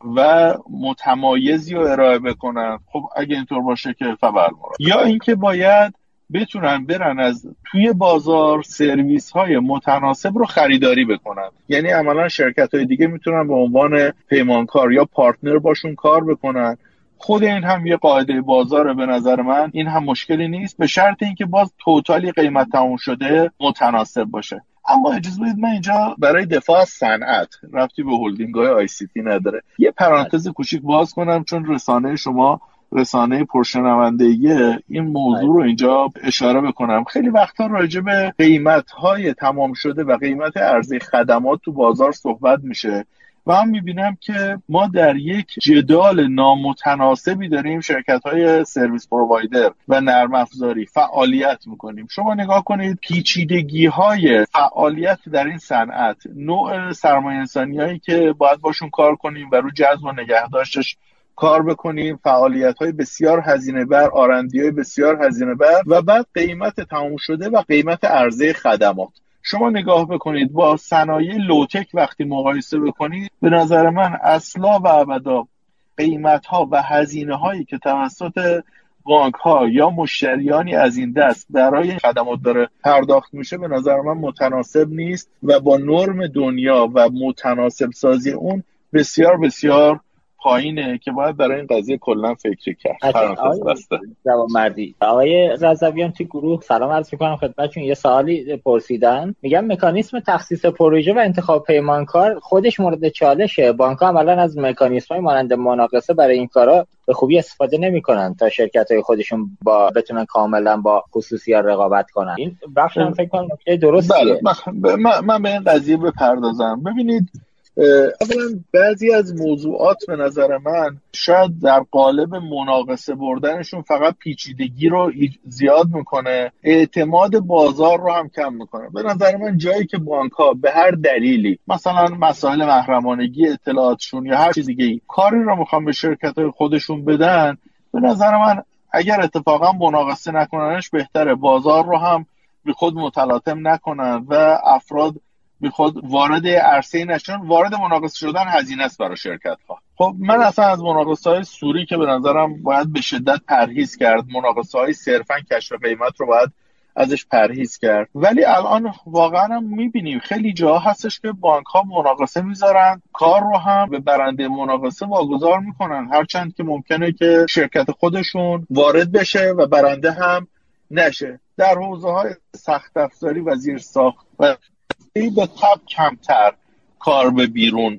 و متمایزی رو ارائه بکنن. خب اگه اینطور باشه که فبرمورد. یا اینکه باید بتونن برن از توی بازار سرویس های متناسب رو خریداری بکنن. یعنی عملا شرکت های دیگه میتونن به عنوان پیمانکار یا پارتنر باشون کار بکنن. خود این هم یه قاعده بازاره به نظر من، این هم مشکلی نیست به شرط اینکه باز توتالی قیمت تموم شده متناسب باشه. اما اجازه بدید من اینجا برای دفاع از صنعت ربطی به هلدینگ‌های آی سی تی نداره یه پرانتز کوچیک باز کنم، چون رسانه شما رسانه پرشنوندگی این موضوع رو اینجا اشاره بکنم. خیلی وقتا راجع به قیمت‌های تمام شده و قیمت عرضه خدمات تو بازار صحبت میشه و هم میبینم که ما در یک جدال نامتناسبی داریم شرکت‌های سرویس پرووایدر و نرم افزاری فعالیت میکنیم. شما نگاه کنید پیچیدگی‌های فعالیت در این صنعت، نوع سرمایه انسانی‌هایی که باید باشون کار کنیم و رو جذب و نگهداشتش کار بکنیم، فعالیت‌های بسیار هزینه بر، آرندی‌های بسیار هزینه بر و بعد قیمت تموم شده و قیمت عرضه خدمات. شما نگاه بکنید با صنایع لوتک وقتی مقایسه بکنید به نظر من اصلا و ابدا قیمت‌ها و هزینه‌هایی که توسط بانک‌ها یا مشتریانی از این دست برای خدمات داره پرداخت میشه به نظر من متناسب نیست و با نرم دنیا و متناسب سازی اون بسیار بسیار پایینه که باید برای این قضیه کلا فکر کرد. جوانمردی آقای رضویان توی گروه سلام عرض می‌کنم خدمتتون. یه سوالی پرسیدن، میگم مکانیزم تخصیص پروژه و انتخاب پیمانکار خودش مورد چالشه. بانک‌ها عملاً از مکانیزم‌های مانند مناقصه برای این کارا به خوبی استفاده نمی‌کنن تا شرکت‌های خودشون با بتونن کاملاً با خصوصی‌ها رقابت کنن. این بخش هم فکر کنم نکته درستیه. بله من من به این قضیه بپردازم. ببینید اولا بعضی از موضوعات به نظر من شاید در قالب مناقصه بردنشون فقط پیچیدگی رو زیاد میکنه، اعتماد بازار رو هم کم میکنه. به نظر من جایی که بانک‌ها به هر دلیلی مثلا مسائل محرمانگی اطلاعاتشون یا هر چیز دیگه کاری رو میخوان به شرکت‌های خودشون بدن، به نظر من اگر اتفاقا مناقصه نکننش بهتره. بازار رو هم بی خود متلاطم نکنن و افراد بی خود وارد عرصه نشن. وارد مناقصه شدن هزینه است برای شرکت ها. خب من اصلا از مناقصه های سوری که به نظرم باید به شدت پرهیز کرد، مناقصه های صرفا کشف قیمت رو باید ازش پرهیز کرد. ولی الان واقعا هم میبینیم خیلی جاها هستش که بانک ها مناقصه میذارن، کار رو هم به برنده مناقصه واگذار میکنن، هرچند که ممکنه که شرکت خودشون وارد بشه و برنده هم نشه. در حوزه های سخت افزاری و زیرساخت و به تب کمتر کار به بیرون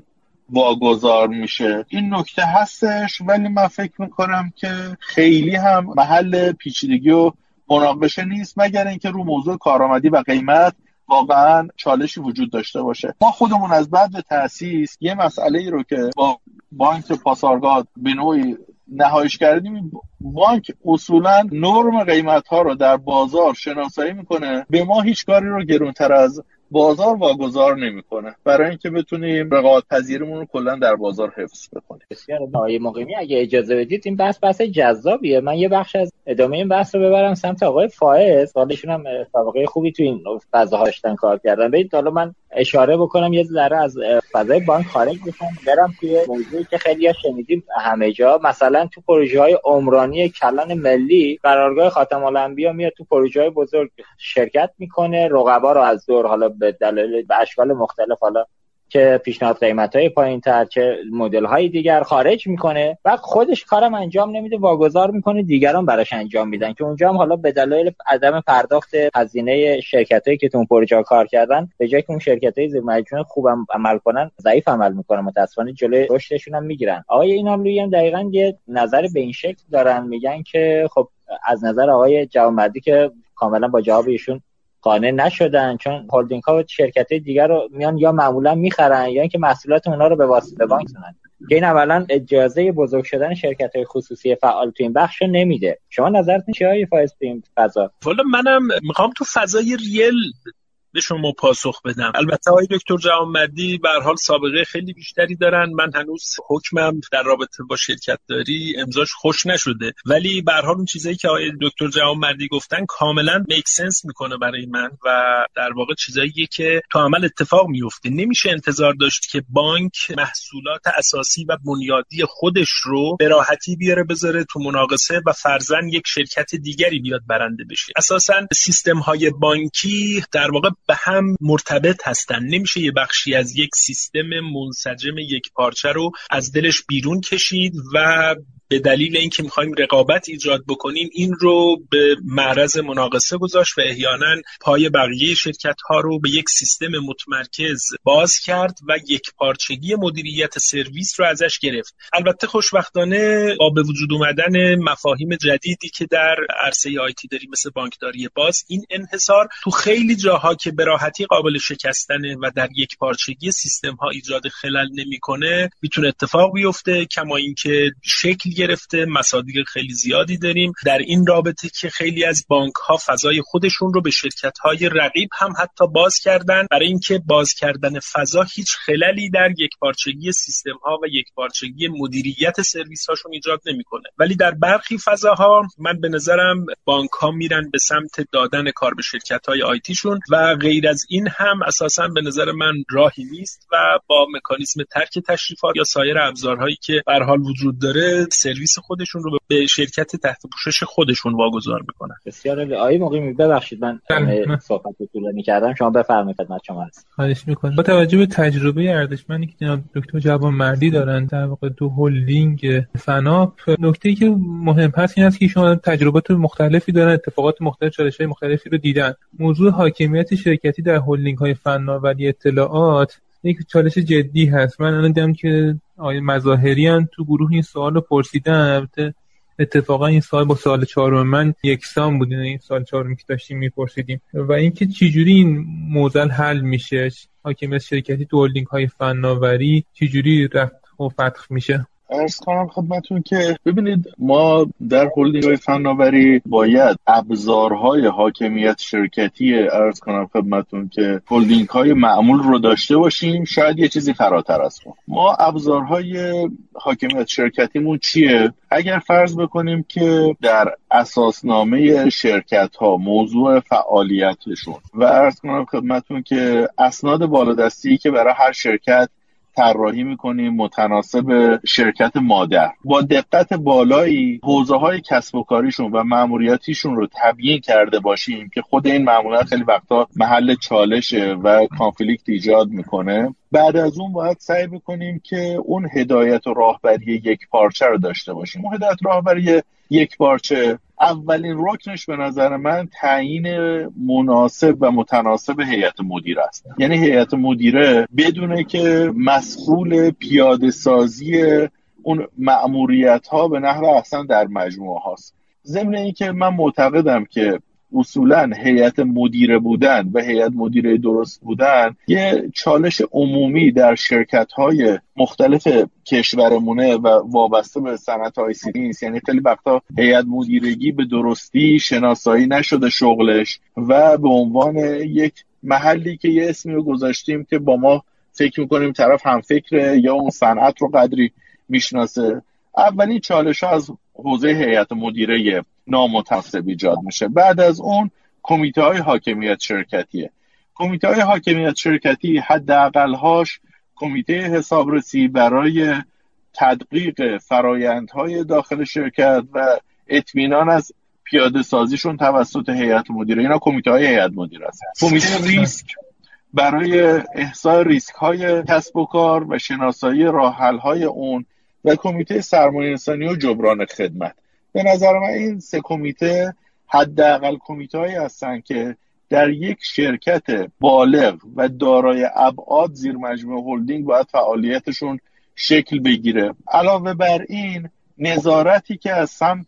واگذار میشه. این نکته هستش، ولی من فکر میکنم که خیلی هم محل پیچیدگی و مناقشه نیست، مگر اینکه رو موضوع کارآمدی و قیمت واقعا چالشی وجود داشته باشه. ما خودمون از بعد تأسیس یه مسئله ای رو که با بانک پاسارگاد به نوعی نهایش کردیم. بانک اصولا نرم قیمت ها رو در بازار شناسایی میکنه، به ما هیچ کاری رو گرونتر از بازار واگذار نمیکنه، برای اینکه بتونیم رقابت پذیریمون رو کلا در بازار حفظ بکنیم. بسیار آقای مقیمی، اگه اجازه بدید این بحث بحث جذابیه. من یه بخش از ادامه این بحث رو ببرم سمت آقای فائز. حالشون هم سابقه خوبی تو این فضاها داشتن کار کردن. ببینید حالا من اشاره بکنم یه ذره از فضای بانک خارج بشم، برم توی موضوعی که خیلی‌ها شنیدیم همه جا، مثلا تو پروژه‌های عمرانی کلان ملی قرارگاه خاتم الانبیا میاد تو پروژه‌های بزرگ شرکت میکنه، رقبا رو از دور حالا به دلایل به اشکال مختلف، حالا چه پیشنهاد قیمت‌های پایین‌تر چه مدل‌های دیگر خارج میکنه و خودش کارم انجام نمیده، واگذار میکنه دیگران براش انجام میدن، که اونجا هم حالا به دلایل عدم پرداخت هزینه شرکتایی که تو اون پروژه کار کردن، به جای که اون شرکتای زیر مجموعه خوبم عمل کنن ضعیف عمل میکنن، متأسفانه جلوی رشدشون هم میگیرن. آقای ایناملویی هم دقیقاً یه نظر به این شکل دارن، میگن که خب از نظر آقای جوانمردی که کاملا با جواب ایشون قانع نشدن، چون هلدینگ ها و شرکت‌های دیگر رو میان یا معمولا میخرن یا اینکه محصولات اونا رو به واسطه بانک میدن، که این اولا اجازه بزرگ شدن شرکت‌های خصوصی فعال تو این بخش رو نمیده. شما نظرتون چیه آقای فائز تو این فضا؟ والا منم میخوام تو فضای ریل به شما پاسخ بدم. البته آقای دکتر جوانمردی به هر حال سابقه خیلی بیشتری دارن، من هنوز حکمم در رابطه با شرکت داری امضاش خوش نشده، ولی به هر حال اون چیزایی که آقای دکتر جوانمردی گفتن کاملا میک سنس میکنه برای من و در واقع چیزاییه که تو عمل اتفاق میفته. نمیشه انتظار داشت که بانک محصولات اساسی و بنیادی خودش رو به راحتی بیاره بذاره تو مناقصه و فرضاً یک شرکت دیگری بیاد برنده بشه. اساساً سیستم های بانکی در واقع به هم مرتبط هستن، نمیشه یه بخشی از یک سیستم منسجم یک پارچه رو از دلش بیرون کشید و به دلیل اینکه می‌خوایم رقابت ایجاد بکنیم این رو به معرض مناقصه گذاشت و احیانا پای بقیه شرکت‌ها رو به یک سیستم متمرکز باز کرد و یک پارچگی مدیریت سرویس رو ازش گرفت. البته خوشبختانه با به وجود اومدن مفاهیم جدیدی که در عرصه آیتی داریم مثل بانکداری باز، این انحصار تو خیلی جاها که به راحتی قابل شکستنه و در یک پارچگی سیستم‌ها ایجاد خلل نمی‌کنه میتونه اتفاق بیفته، کما اینکه شکل گرفته مصادیق خیلی زیادی داریم در این رابطه که خیلی از بانک‌ها فضای خودشون رو به شرکت‌های رقیب هم حتی باز کردن، برای اینکه باز کردن فضا هیچ خللی در یک پارچگی سیستم‌ها و یک پارچگی مدیریت سرویس‌هاشون ایجاد نمی‌کنه. ولی در برخی فضاها من به نظرم بانک‌ها میرن به سمت دادن کار به شرکت‌های آیتیشون و غیر از این هم اساساً به نظر من راهی نیست و با مکانیزم ترک تشریفات یا سایر ابزارهایی که به هر حال وجود داره سرویس خودشون رو به شرکت تحت پوشش خودشون واگذار میکنن. بسیار عالی. آقای مقیمی ببخشید من صحبت طولانی کردم، شما بفرمایید خدمت شما هست. خواهش میکنم. با توجه به تجربه ارزشمندی که جناب دکتر جوانمردی دارن در واقع تو هلدینگ فناپ، نکته‌ای که مهم هست این است که شما تجربات مختلفی دارن، اتفاقات مختلف، چالش‌های مختلفی رو دیدن. موضوع حاکمیت شرکتی در هلدینگ‌های فناوری اطلاعات یک چالش جدی هست. من الان دیدم که آقای مظاهری هم تو گروه این سوال رو پرسیدن، اتفاقا این سوال با سال چهارم من یکسان بود، این سال چهارمی که داشتیم میپرسیدیم، و اینکه چجوری این موزل حل میشه، حاکمیت شرکتی تو هلدینگ های فناوری چجوری رفت و فتح میشه. عرض کنم خدمتون که ببینید ما در هلدینگ های فناوری باید ابزارهای حاکمیت شرکتی عرض کنم خدمتون که هلدینگ های معمول رو داشته باشیم، شاید یه چیزی فراتر از اون. ما ابزارهای حاکمیت شرکتیمون چیه؟ اگر فرض بکنیم که در اساسنامه شرکت ها موضوع فعالیتشون و عرض کنم خدمتون که اسناد بالادستی که برای هر شرکت طراحی میکنیم متناسب شرکت مادر، با دقت بالایی حوزه‌های کسب و کاریشون و مأموریتیشون رو تبیین کرده باشیم که خود این معمولا خیلی وقتا محل چالشه و کانفلیکت ایجاد میکنه. بعد از اون باید سعی بکنیم که اون هدایت و راهبری یک پارچه رو داشته باشیم. اون هدایت راهبری یک پارچه اولین رکنش به نظر من تعیین مناسب و متناسب هیئت مدیره است. یعنی هیئت مدیره بدونه که مسئول پیاده سازی اون مأموریت ها به نحو احسن در مجموعه هاست. ضمن این که من معتقدم که اصولاً هیئت مدیره بودن و هیئت مدیره درست بودن یه چالش عمومی در شرکت‌های مختلف کشورمونه و وابسته به صنعت آی سی تی است. یعنی خیلی وقتا هیئت مدیرگی به درستی شناسایی نشده شغلش و به عنوان یک محلی که یه اسمی رو گذاشتیم که با ما فکر می‌کنیم طرف هم فکره یا اون صنعت رو قدری میشناسه. اولین چالش ها از حوزه هیئت مدیره نامتناسب ایجاد میشه. بعد از اون کمیته های حاکمیت شرکتیه. کمیته های حاکمیت شرکتی حداقل هاش کمیته حسابرسی برای تدقیق فرایندهای داخل شرکت و اطمینان از پیاده سازیشون توسط هیئت مدیره. اینا کمیته های هیئت مدیره است. کمیته ریسک برای احصای ریسک های کسب و کار و شناسایی راه حل های اون و کمیته سرمایه انسانی و جبران خدمت. به نظر من این سه کمیته حداقل کمیته‌هایی هستن که در یک شرکت بالغ و دارای ابعاد زیر مجموعه هلدینگ باید فعالیتشون شکل بگیره. علاوه بر این نظارتی که از سمت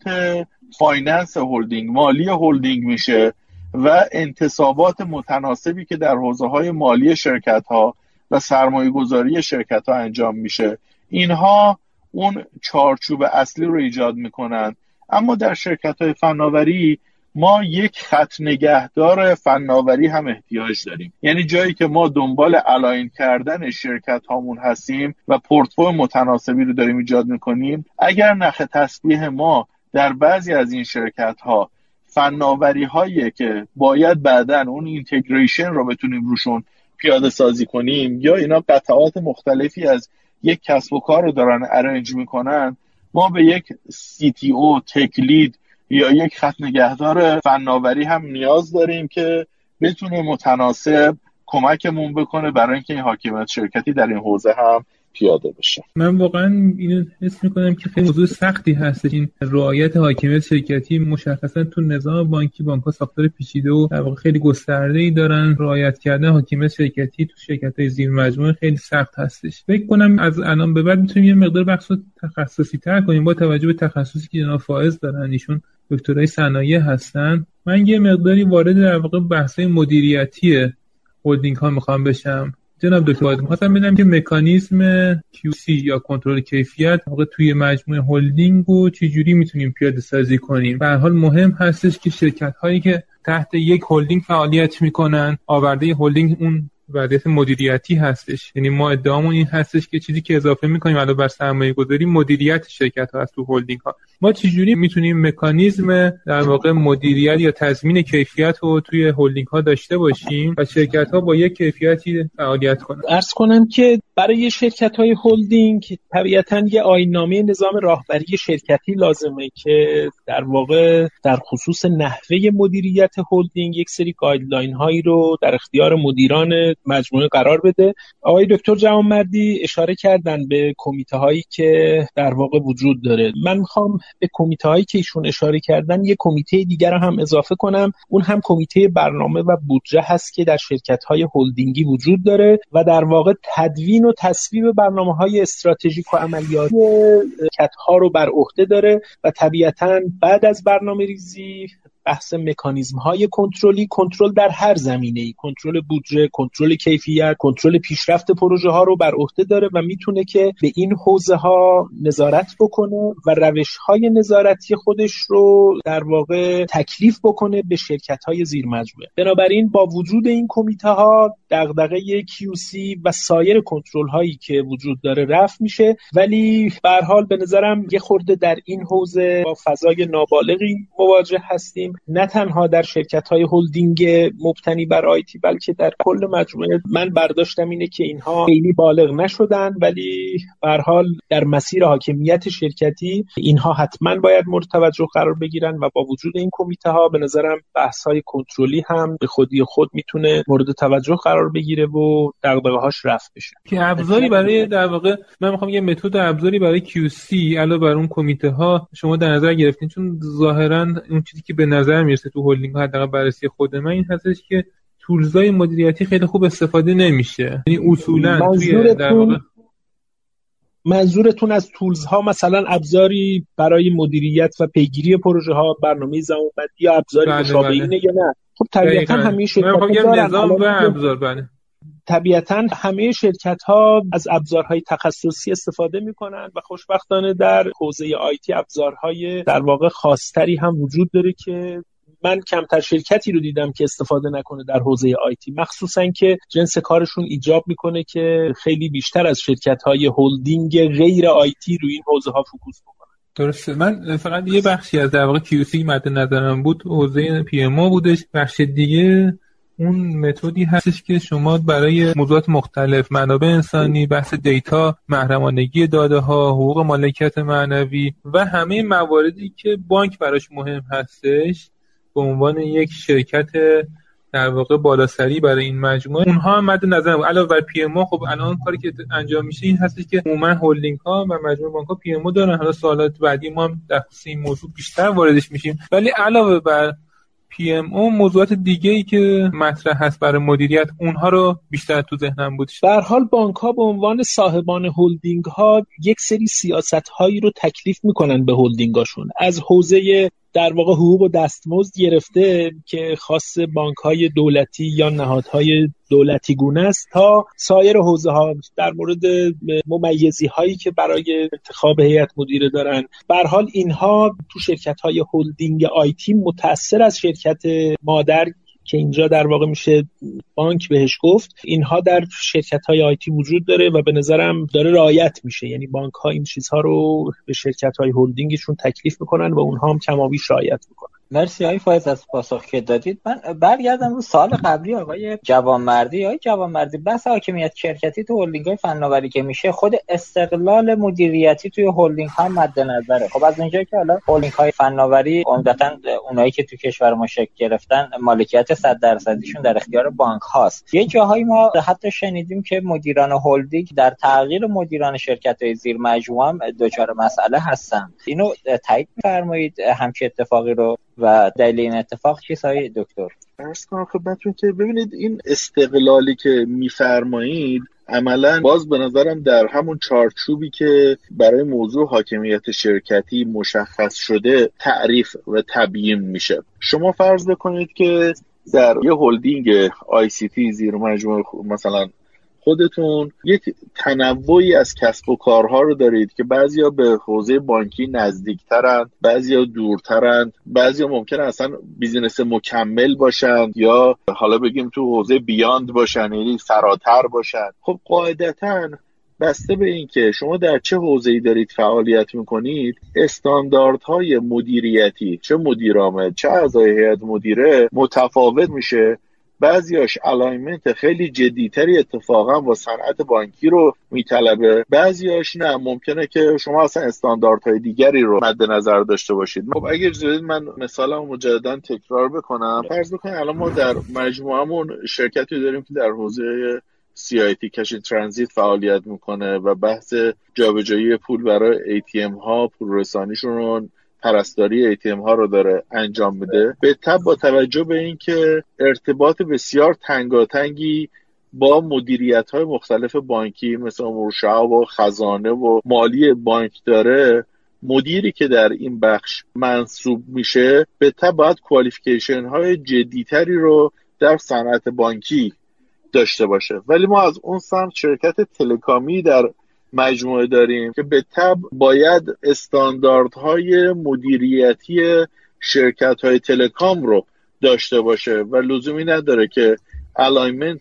فایننس هلدینگ، مالی هلدینگ میشه و انتصابات متناسبی که در حوزه‌های مالی شرکت‌ها و سرمایه‌گذاری شرکت‌ها انجام میشه، اینها اون چارچوب اصلی رو ایجاد میکنن. اما در شرکت‌های فناوری ما یک خط نگهدار فناوری هم احتیاج داریم. یعنی جایی که ما دنبال الاین کردن شرکت هامون هستیم و پورتفوی متناسبی رو داریم ایجاد میکنیم، اگر نخ تسبیح ما در بعضی از این شرکت ها فناوری هایی که باید بعداً اون اینتگریشن رو بتونیم روشون پیاده سازی کنیم یا اینا قطعات مختلفی از یک کسب و کار رو دارن ارنج میکنن، ما به یک سی تی او، تک لید یا یک خط نگهدار فناوری هم نیاز داریم که بتونه متناسب کمکمون بکنه برای اینکه این حاکمیت شرکتی در این حوزه هم پیاده بشه. من واقعا اینو حس می‌کنم که خیلی موضوع سختی هست این رعایت حاکمیت شرکتی. مشخصا تو نظام بانکی بانک‌ها ساختار پیچیده و در واقع خیلی گسترده‌ای دارن. رعایت کردن حاکمیت شرکتی تو شرکت‌های زیر مجموعه خیلی سخت هستش. فکر کنم از الان به بعد می‌تونیم یه مقدار بحث رو تخصصی‌تر کنیم با توجه به تخصصی که جناب فائز دارن. ایشون دکترای صنایع هستن. من یه مقداری وارد در واقع بحث‌های مدیریتی هلدینگ‌ها می‌خوام بشم. جناب دکتر فائز، می‌خواستم ببینم که مکانیزم کیو سی یا کنترل کیفیت واقعا توی مجموعه هلدینگ رو چجوری میتونیم پیاده سازی کنیم؟ به هر حال مهم هستش که شرکت‌هایی که تحت یک هلدینگ فعالیت میکنن، آورده هلدینگ اون وضعیت مدیریتی هستش. یعنی ما ادعامون این هستش که چیزی که اضافه میکنیم علاوه بر سرمایه گذاری مدیریت شرکت ها هست تو هلدینگ ها. ما چجوری میتونیم مکانیزم در واقع مدیریت یا تضمین کیفیت رو توی هلدینگ ها داشته باشیم و شرکت ها با یک کیفیتی فعالیت کنن؟ عرض کنم که برای شرکت های هلدینگ طبیعتاً یه آیین‌نامه نظام راهبری شرکتی لازمه که در واقع در خصوص نحوه مدیریت هلدینگ یک سری گایدلاین هایی رو در اختیار مدیران مجموعه قرار بده. آقای دکتر جوانمردی اشاره کردن به کمیته هایی که در واقع وجود داره. من میخوام به کمیته هایی که ایشون اشاره کردن یک کمیته دیگر رو هم اضافه کنم. اون هم کمیته برنامه و بودجه هست که در شرکت های هلدینگی وجود داره و در واقع تدوین و تصویب برنامه های استراتژیک و عملیاتی شرکت ها رو بر عهده داره و طبیعتاً بعد از برنامه ریزی بحث مکانیزم های کنترلی، کنترل در هر زمینه‌ای، کنترل بودجه، کنترل کیفیت، کنترل پیشرفت پروژه ها رو بر عهده داره و میتونه که به این حوزه ها نظارت بکنه و روش های نظارتی خودش رو در واقع تکلیف بکنه به شرکت های زیر مجموعه. بنابراین با وجود این کمیته ها دغدغه کیو سی و سایر کنترل هایی که وجود داره رفع میشه، ولی به هر حال به نظرم یه خورده در این حوزه با فضای نابالغی مواجه هستیم، نه تنها در شرکت های هلدینگ مبتنی بر آیتی بلکه در کل مجموعه. من برداشتم اینه که اینها خیلی بالغ نشدن، ولی به هر حال در مسیر حاکمیت شرکتی اینها حتما باید مورد توجه قرار بگیرن و با وجود این کمیته ها به نظرم بحث های کنترلی هم به خودی خود میتونه مورد توجه قرار بگیره و دغدغه هاش رفع بشه. که ابزاری برای در واقع من میخوام یه متد ابزاری برای کیو سی علاوه بر اون کمیته ها شما در نظر گرفتین؟ چون ظاهرا اون چیزی که به نظر میرسه تو هلدینگ ها حداقل بررسی خود من این هستش که تولزای مدیریتی خیلی خوب استفاده نمیشه. یعنی اصولا توی در واقع منظورتون از تولز ها مثلا ابزاری برای مدیریت و پیگیری پروژه ها، برنامه زمانبندی یا ابزاری مشابه اینه یا نه؟ خب طبیعتا همه شرکت‌ها نظام و ابزار بله طبیعتا همه شرکت ها از ابزارهای تخصصی استفاده میکنن و خوشبختانه در حوزه آیتی ابزارهای در واقع خاصتری هم وجود داره که من کمتر شرکتی رو دیدم که استفاده نکنه در حوزه آیتی، مخصوصا که جنس کارشون ایجاب میکنه که خیلی بیشتر از شرکت‌های هلدینگ غیر آیتی روی این حوزه ها فوکوس بکنن. درسته. من فقط یه بخشی از در واقع کیو سی مد نظرم بود، حوزه پی ام او بودش. بخش دیگه اون متدی هستش که شما برای موضوعات مختلف، منابع انسانی، بحث دیتا، محرمانگی داده ها، حقوق مالکیت معنوی و همه مواردی که بانک براش مهم هستش به عنوان یک شرکت در واقع بالاسری برای این مجموعه، اونها هم مد نظرم. علاوه بر پی ام او خب الان کاری که انجام میشه این هستش که عموما هلدینگ ها و مجموعه بانک ها پی ام او دارن. حالا سوالات بعدی ما هم در خصوص این موضوع بیشتر واردش میشیم، ولی علاوه بر پی ام او موضوعات دیگه‌ای که مطرح هست برای مدیریت اونها رو بیشتر تو ذهنم بود. به هر حال بانک‌ها به عنوان صاحبان هلدینگ‌ها یک سری سیاست‌هایی رو تکلیف می‌کنن به هلدینگ‌هاشون، از حوزه در واقع حقوق و دستمزد گرفته که خاص بانک‌های دولتی یا نهادهای دولتی گونه است تا سایر حوزه‌ها در مورد ممیزی‌هایی که برای انتخاب هیئت مدیره دارن. به هر حال اینها تو شرکت‌های هلدینگ آیتی متأثر از شرکت مادر که اینجا در واقع میشه بانک بهش گفت، اینها در شرکت‌های آیتی وجود داره و به نظرم داره رعایت میشه. یعنی بانک‌ها این چیزها رو به شرکت‌های هلدینگشون تکلیف میکنن و اونها هم کمابیش رعایت میکنن. مرسی آقای فایز از پاسخ که دادید. من برگردم رو سوال قبلی آقای جوانمردی. آقای جوانمردی، بحث حاکمیت شرکتی تو هلدینگ‌های فناوری که میشه، خود استقلال مدیریتی توی هلدینگ‌ها مد نظره. خب از اونجایی که حالا هلدینگ‌های فناوری عمدتاً اونایی که تو کشور ما شکل گرفتن مالکیت صد درصدیشون در اختیار بانک هاست، یه جاهایی ما حتی شنیدیم که مدیران هلدینگ در تغییر مدیران شرکت‌های زیر مجموعه هم دچار مسئله هستن. اینو تایید می‌فرمایید همچین اتفاقی رو و دلیل این اتفاق چیست های دکتر؟ عرض کنم خدمتتون که ببینید این استقلالی که میفرمایید عملاً باز به نظرم در همون چارچوبی که برای موضوع حاکمیت شرکتی مشخص شده تعریف و تبیین میشه. شما فرض بکنید که در یه هلدینگ آی سی تی زیر مجموعه مثلا خودتون یک تنوعی از کسب و کارها رو دارید که بعضیا به حوزه بانکی نزدیکترند، بعضیا دورترند، بعضیا ممکنه اصلا بیزینس مکمل باشند یا حالا بگیم تو حوزه بیاند باشن، یعنی فراتر باشن. خب قاعدتاً بسته به این که شما در چه حوزه‌ای دارید فعالیت میکنید، استانداردهای مدیریتی چه مدیرعامل چه اعضای هیئت مدیره متفاوت میشه. بعضیاش الاینمنت خیلی جدیتری اتفاقا با صنعت بانکی رو میطلبه، بعضیاش نه، ممکنه که شما اصلا استانداردهای دیگری رو مد نظر داشته باشید. خب اگه اجازه بدید من مثالمو مجددا تکرار بکنم. فرض بکنید الان ما در مجموعمون شرکتی داریم که در حوزه سی آی تی کش ترانزیت فعالیت میکنه و بحث جابجایی پول برای ای تی ام ها، پول رسانیشون رو، پرستاری ای تی ام ها رو داره انجام میده. به تبع با توجه به این که ارتباط بسیار تنگاتنگی با مدیریت های مختلف بانکی مثل امور شعب و خزانه و مالی بانک داره، مدیری که در این بخش منصوب میشه به تبع باید کوالیفیکیشن های جدیتری رو در صنعت بانکی داشته باشه. ولی ما از اون سمت شرکت تلکامی در مجموعه داریم که به تبع باید استانداردهای مدیریتی شرکت های تلکام رو داشته باشه و لزومی نداره که الاینمنت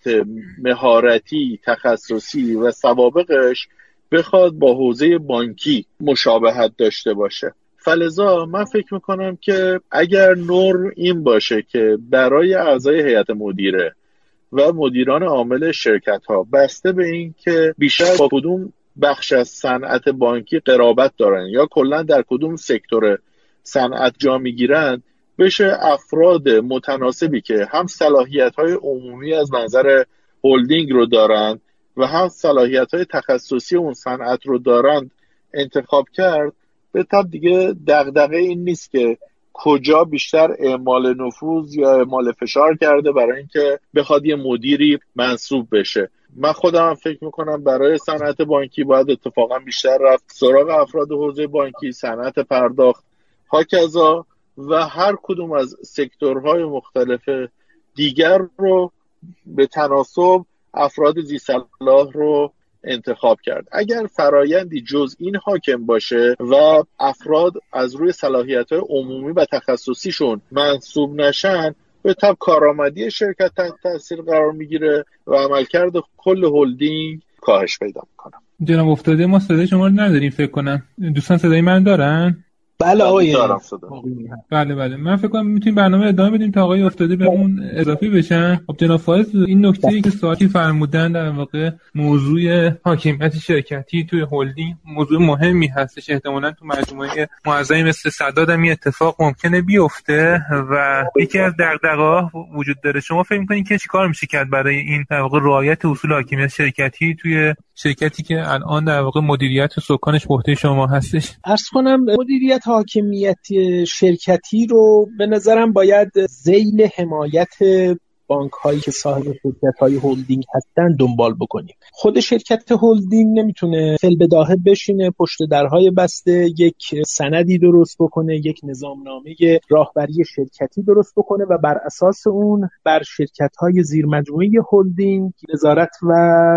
مهارتی، تخصصی و سوابقش بخواد با حوزه بانکی مشابهت داشته باشه. فلذا من فکر میکنم که اگر نرم این باشه که برای اعضای هیئت مدیره و مدیران عامل شرکت ها بسته به این که بیشتر با کدوم بخش از صنعت بانکی قرابت دارن یا کلا در کدوم سکتور صنعت جا میگیرن، بشه افراد متناسبی که هم صلاحیت‌های عمومی از نظر هلدینگ رو دارن و هم صلاحیت‌های تخصصی اون صنعت رو دارن انتخاب کرد. به طب دیگه دغدغه این نیست که کجا بیشتر اعمال نفوذ یا اعمال فشار کرده برای اینکه بخواد یه مدیری منصوب بشه. من خودم فکر میکنم برای صنعت بانکی باید اتفاقا بیشتر رفت سراغ افراد حوزه بانکی، صنعت پرداخت هاکذا و هر کدوم از سکتورهای مختلف دیگر رو به تناسب افراد ذی صلاح رو انتخاب کرد. اگر فرایندی جز این حاکم باشه و افراد از روی صلاحیت‌های عمومی و تخصصیشون منصوب نشن، به طب کارآمدی شرکت تحت تاثیر قرار میگیره و عملکرد کل هلدینگ کاهش پیدا میکنه. جناب افتاده، ما صدای شما رو نداریم فکر کنم. دوستان صدای من دارن؟ بله آقای بله بله من فکر کنم میتونیم برنامه ادامه بدیم تا آقای افتاده به اون اضافه بشن. خب جناب فائز، این نکته‌ای که سوالی فرمودن در واقع موضوع حاکمیت شرکتی توی هلدینگ موضوع مهمی هستش. احتمالاً تو مجموعه معظمی مثل سداد هم این اتفاق ممکنه بیفته و یکی از دغدغه‌ها وجود داره. شما فکر می‌کنید که چیکار میشه کرد برای این در واقع رعایت اصول حاکمیت شرکتی توی شرکتی که الان در واقع مدیریت و سکانش به عهده شما هستش؟ عرض کنم مدیریت حاکمیت شرکتی رو به نظرم باید ذیل حمایت بانک هایی که صاحب شرکت های هلدینگ هستن دنبال بکنیم. خود شرکت هلدینگ نمیتونه فل بداهه بشینه پشت درهای بسته یک سندی درست بکنه، یک نظامنامه راهبری شرکتی درست بکنه و بر اساس اون بر شرکت های زیر مجموعه هلدینگ نظارت و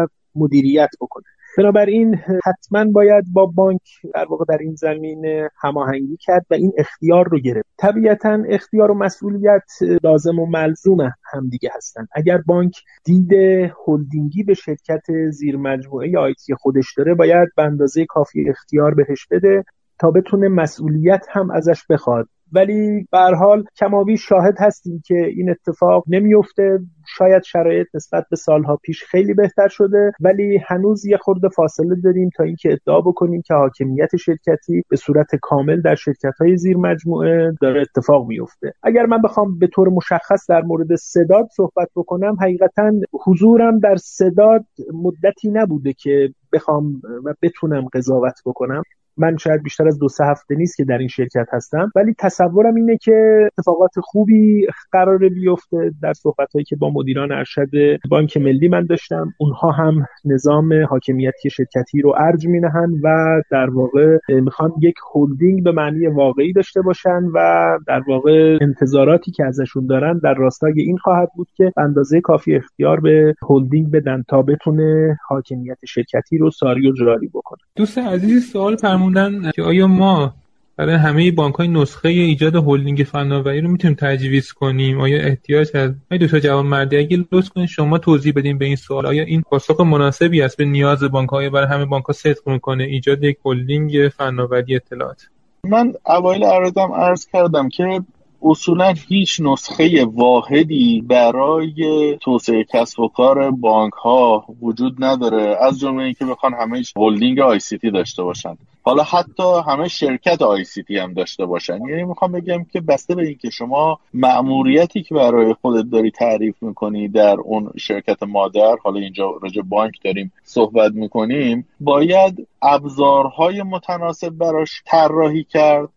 مدیریت بکنه. بنابراین حتما باید با بانک در واقع در این زمینه هماهنگی کرد و این اختیار رو گرفت. طبیعتاً اختیار و مسئولیت لازم و ملزوم هم دیگه هستن. اگر بانک دید هلدینگی به شرکت زیر مجموعه آیتی خودش داره، باید به اندازه کافی اختیار بهش بده تا بتونه مسئولیت هم ازش بخواد. ولی به هر حال کمابیش شاهد هستیم که این اتفاق نمیفته. شاید شرایط نسبت به سالها پیش خیلی بهتر شده، ولی هنوز یه خورده فاصله داریم تا اینکه ادعا بکنیم که حاکمیت شرکتی به صورت کامل در شرکت‌های زیر مجموعه داره اتفاق میفته. اگر من بخوام به طور مشخص در مورد سداد صحبت بکنم، حقیقتاً حضورم در سداد مدتی نبوده که بخوام و بتونم قضاوت بکنم. من شاید بیشتر از دو سه هفته نیست که در این شرکت هستم، ولی تصورم اینه که اتفاقات خوبی قراره بیفته. در صحبتایی که با مدیران ارشد بانک ملی من داشتم، اونها هم نظام حاکمیتی شرکتی رو ارج می‌نهن و در واقع میخوان یک هلدینگ به معنی واقعی داشته باشن و در واقع انتظاراتی که ازشون دارن در راستای این خواهد بود که اندازه کافی اختیار به هلدینگ بدن تا بتونه حاکمیت شرکتی رو ساری و جاری بکنه. دوست عزیز سوال فرمودن که آیا ما برای همه بانک‌های نسخه ایجاد هلدینگ فناوری رو میتونیم تجویز کنیم؟ آیا احتیاج هست؟ آیا دکتر جوانمردی اگه لطف کنید شما توضیح بدین به این سوال. آیا این پاسخ مناسبی است به نیاز بانک‌ها؟ برای همه بانک‌ها صدق میکنه ایجاد یک هلدینگ فناوری اطلاعات؟ من اوایل عرضم عرض کردم که اصولا هیچ نسخه واحدی برای توسعه کسب و کار بانک ها وجود نداره، از جمله اینکه بخوان همه هلدینگ آی سی تی داشته باشن، حالا حتی همه شرکت آی سی تی هم داشته باشن. یعنی میخوام بگم که بسته به اینکه شما مأموریتی که برای خودت داری تعریف میکنی در اون شرکت مادر، حالا اینجا راجع بانک داریم صحبت میکنیم، باید ابزارهای متناسب براش طراحی کرد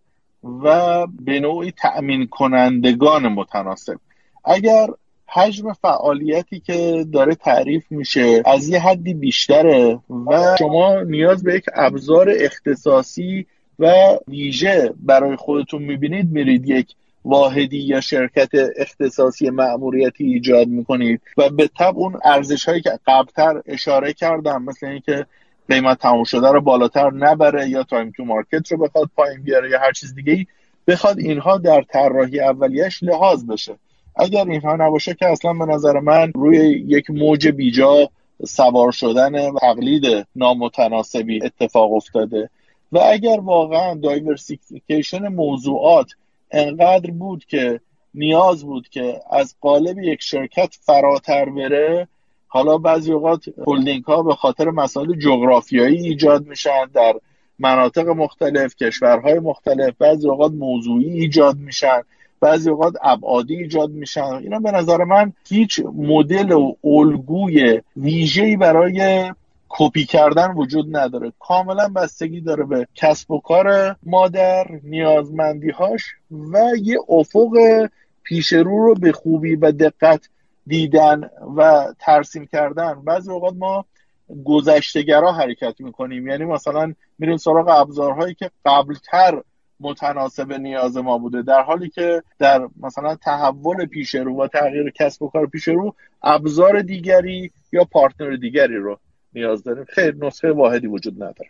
و به نوعی تأمین کنندگان متناسب. اگر حجم فعالیتی که داره تعریف میشه از یه حدی بیشتره و شما نیاز به یک ابزار اختصاصی و ویژه برای خودتون میبینید میرید یک واحدی یا شرکت اختصاصی مأموریتی ایجاد میکنید و به طب اون ارزش هایی که قبلتر اشاره کردم، مثل اینکه قیمت تموم شده رو بالاتر نبره یا تایم تو مارکت رو بخواد پایین بیاره یا هر چیز دیگه‌ای، بخواد اینها در طراحی اولیه‌اش لحاظ بشه. اگر اینها نباشه که اصلا به نظر من روی یک موج بیجا سوار شدن و تقلید نامتناسبی اتفاق افتاده. و اگر واقعا دایورسیفیکیشن موضوعات انقدر بود که نیاز بود که از قالب یک شرکت فراتر بره، حالا بعضی اوقات هولدینگ ها به خاطر مسائل جغرافیایی ایجاد میشن در مناطق مختلف، کشورهای مختلف، بعضی اوقات موضوعی ایجاد میشن، بعضی اوقات ابعادی ایجاد میشن. اینا به نظر من هیچ مدل و الگوی ویژه‌ای برای کپی کردن وجود نداره. کاملا بستگی داره به کسب و کار مادر، نیازمندی‌هاش و یه افق پیش رو رو به خوبی و دقت دیدن و ترسیم کردن. بعضی اوقات ما گذشته‌گرا حرکت میکنیم، یعنی مثلا میریم سراغ ابزارهایی که قبلتر متناسب نیاز ما بوده، در حالی که در مثلا تحول پیش رو و تغییر کسب و کار پیش رو ابزار دیگری یا پارتنر دیگری رو نیاز داریم. خیر، نسخه واحدی وجود نداره.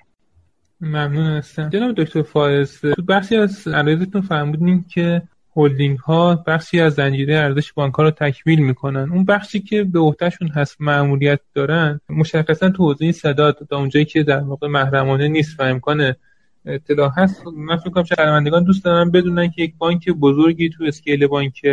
ممنون هستم. جناب دکتر فائز، تو بخشی از عرایزتون فرمودین که هولدینگ ها بخشی از زنجیره ارزش بانک ها رو تکمیل میکنن. اون بخشی که به عهدهشون هست مأموریت دارن، مشخصا تو حوزه سداد تا اونجایی که در واقع محرمانه نیست و امکان اطلاع هست، من فکر کنم شنوندگان دوست دارن بدونن که یک بانک بزرگی تو اسکیل بانک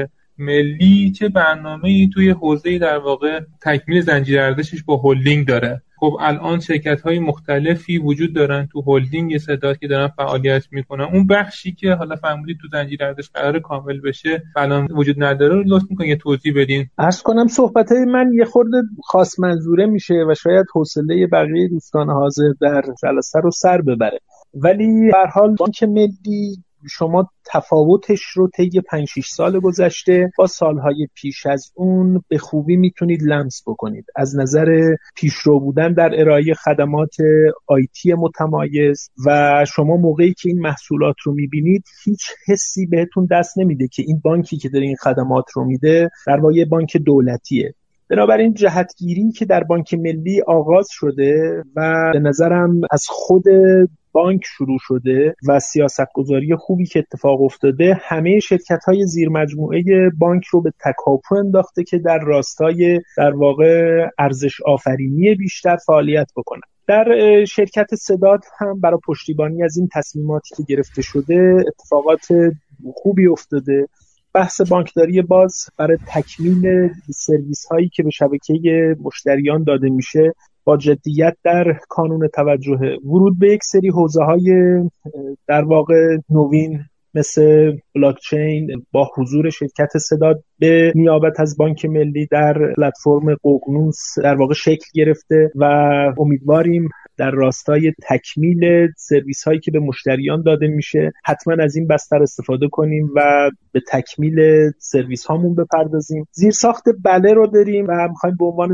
ملی چه برنامه‌ای توی حوزه در واقع تکمیل زنجیره ارزشش با هولدینگ داره. خب الان شرکت‌های مختلفی وجود دارن تو هولدینگ سداد که دارن فعالیت میکنن. اون بخشی که حالا فهمیدید تو زنجیره ارزش قرار کامل بشه الان وجود نداره رو لطف می‌کنید یه توضیح بدین. عرض کنم صحبت‌های من یه خورده خاص منظوره میشه و شاید حوصله بقیه دوستان حاضر در جلسه رو سر ببره، ولی به هر حال بانک ملی شما تفاوتش رو طی پنج شش سال گذشته با سالهای پیش از اون به خوبی میتونید لمس بکنید. از نظر پیشرو بودن در ارائه خدمات آیتی متمایز و شما موقعی که این محصولات رو میبینید هیچ حسی بهتون دست نمیده که این بانکی که داره این خدمات رو میده در واقع بانک دولتیه. بنابراین جهتگیری که در بانک ملی آغاز شده و به نظرم از خود بانک شروع شده و سیاستگذاری خوبی که اتفاق افتاده، همه شرکت‌های زیر مجموعه بانک رو به تکاپو انداخته که در راستای در واقع ارزش آفرینی بیشتر فعالیت بکنن. در شرکت سداد هم برای پشتیبانی از این تصمیماتی که گرفته شده اتفاقات خوبی افتاده. بحث بانکداری باز برای تکمیل سرویس هایی که به شبکه مشتریان داده میشه با جدیت در کانون توجه. ورود به یک سری حوزه های در واقع نوین مثل بلاکچین با حضور شرکت سداد به نیابت از بانک ملی در پلتفرم ققنوس در واقع شکل گرفته و امیدواریم در راستای تکمیل سرویس هایی که به مشتریان داده میشه حتما از این بستر استفاده کنیم و به تکمیل سرویس هامون بپردازیم. زیرساخت بله رو داریم و میخوایم به عنوان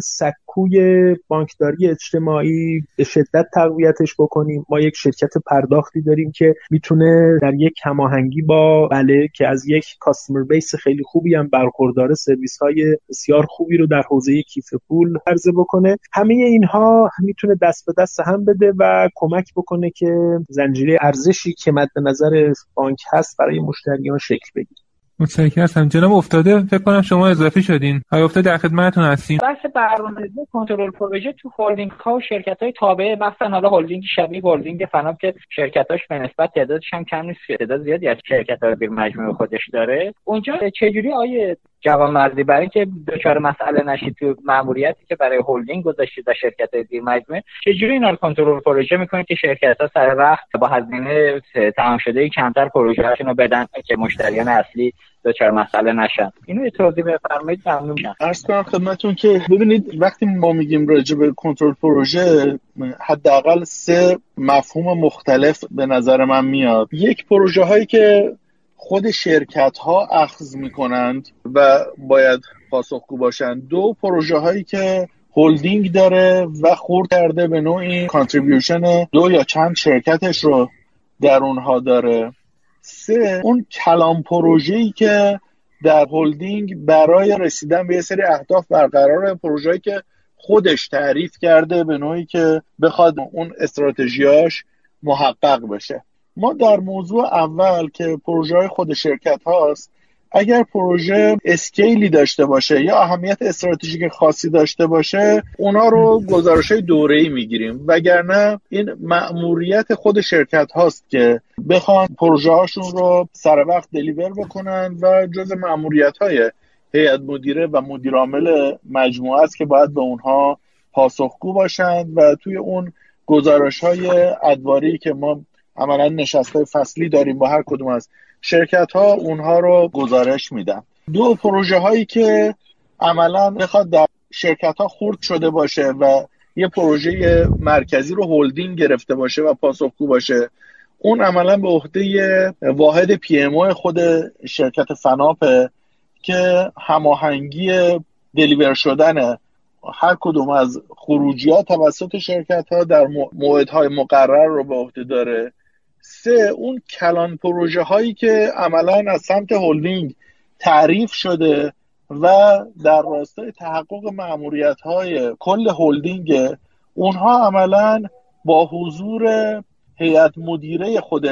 سکوی بانکداری اجتماعی به شدت تقویتش بکنیم. ما یک شرکت پرداختی داریم که میتونه در یک هماهنگی با بله که از یک کاستمر بیس خیلی خوبی هم برخورداره سرویس های بسیار خوبی رو در حوزه کیف پول عرضه بکنه. همه اینها میتونه دست به دست هم بده و کمک بکنه که زنجیره ارزشی که مد نظر بانک هست برای مشتریان شکل بگیره. متشکرم هستم. جناب افتاده فکر کنم شما اضافه شدین. های افتاده در خدمتتون هستیم. بحث برنامه‌ریزی کنترل پروژه تو هولدینگ ها و شرکت‌های تابع مثلا حالا هولدینگ شبیه هولدینگ فناب که شرکتاش به نسبت تعدادش هم کم نیست، تعداد زیادی از شرکت‌ها رو زیر مجموعه خودش داره. اونجا چجوری آیه جوانمردی برای اینکه دچار مسئله نشید تو ماموریتی که برای هولدینگ گذاشتید در شرکت‌های زیر مجموعه، چجوری اینا رو کنترل پروژه می‌کنید که شرکت‌ها سر وقت با هزینه تمام شده کمتر پروژه‌هاشون رو بدن که مشتریان اصلی دچار مسئله نشن؟ اینو توضیح بفرمایید ممنون میشم. عرض کنم خدمتتون که ببینید وقتی ما میگیم راجع به کنترل پروژه حداقل سه مفهوم مختلف به نظر من میاد. یک، پروژه هایی که خود شرکت ها اخذ میکنند و باید پاسخگو باشند. دو، پروژه هایی که هولدینگ داره و خورد کرده به نوعی کانتریبیوشن دو یا چند شرکتش رو در اونها داره. سه، اون کلان پروژه‌ای که در هلدینگ برای رسیدن به یه سری اهداف برقراره، پروژه‌ای که خودش تعریف کرده به نوعی که بخواد اون استراتژیاش محقق بشه. ما در موضوع اول که پروژه‌های خود شرکت هاست، اگر پروژه اسکیلی داشته باشه یا اهمیت استراتژیک خاصی داشته باشه، اونا رو گزارش‌های دوره‌ای میگیریم، وگرنه این مأموریت خود شرکت هاست که بخوان پروژه هاشون رو سر وقت دلیور بکنن و جز مأموریت‌های هیئت مدیره و مدیر عامل مجموعه است که باید به اونها پاسخگو باشند و توی اون گزارش‌های ادواری که ما عملاً نشست‌های فصلی داریم با هر کدوم از شرکت‌ها، اونها رو گزارش میدن. دو، پروژه هایی که عملاً بخواد در شرکت‌ها خرد شده باشه و یه پروژه مرکزی رو هلدینگ گرفته باشه و پاسخگو باشه، اون عملاً به عهده واحد پی ام او خود شرکت فناپه که هماهنگی دلیور شدن هر کدوم از خروجیات توسط شرکت‌ها در موعدهای مقرر رو به عهده داره. سه، اون کلان پروژه هایی که عملاً از سمت هلدینگ تعریف شده و در راستای تحقق مأموریت های کل هلدینگ، اونها عملاً با حضور هیئت مدیره خود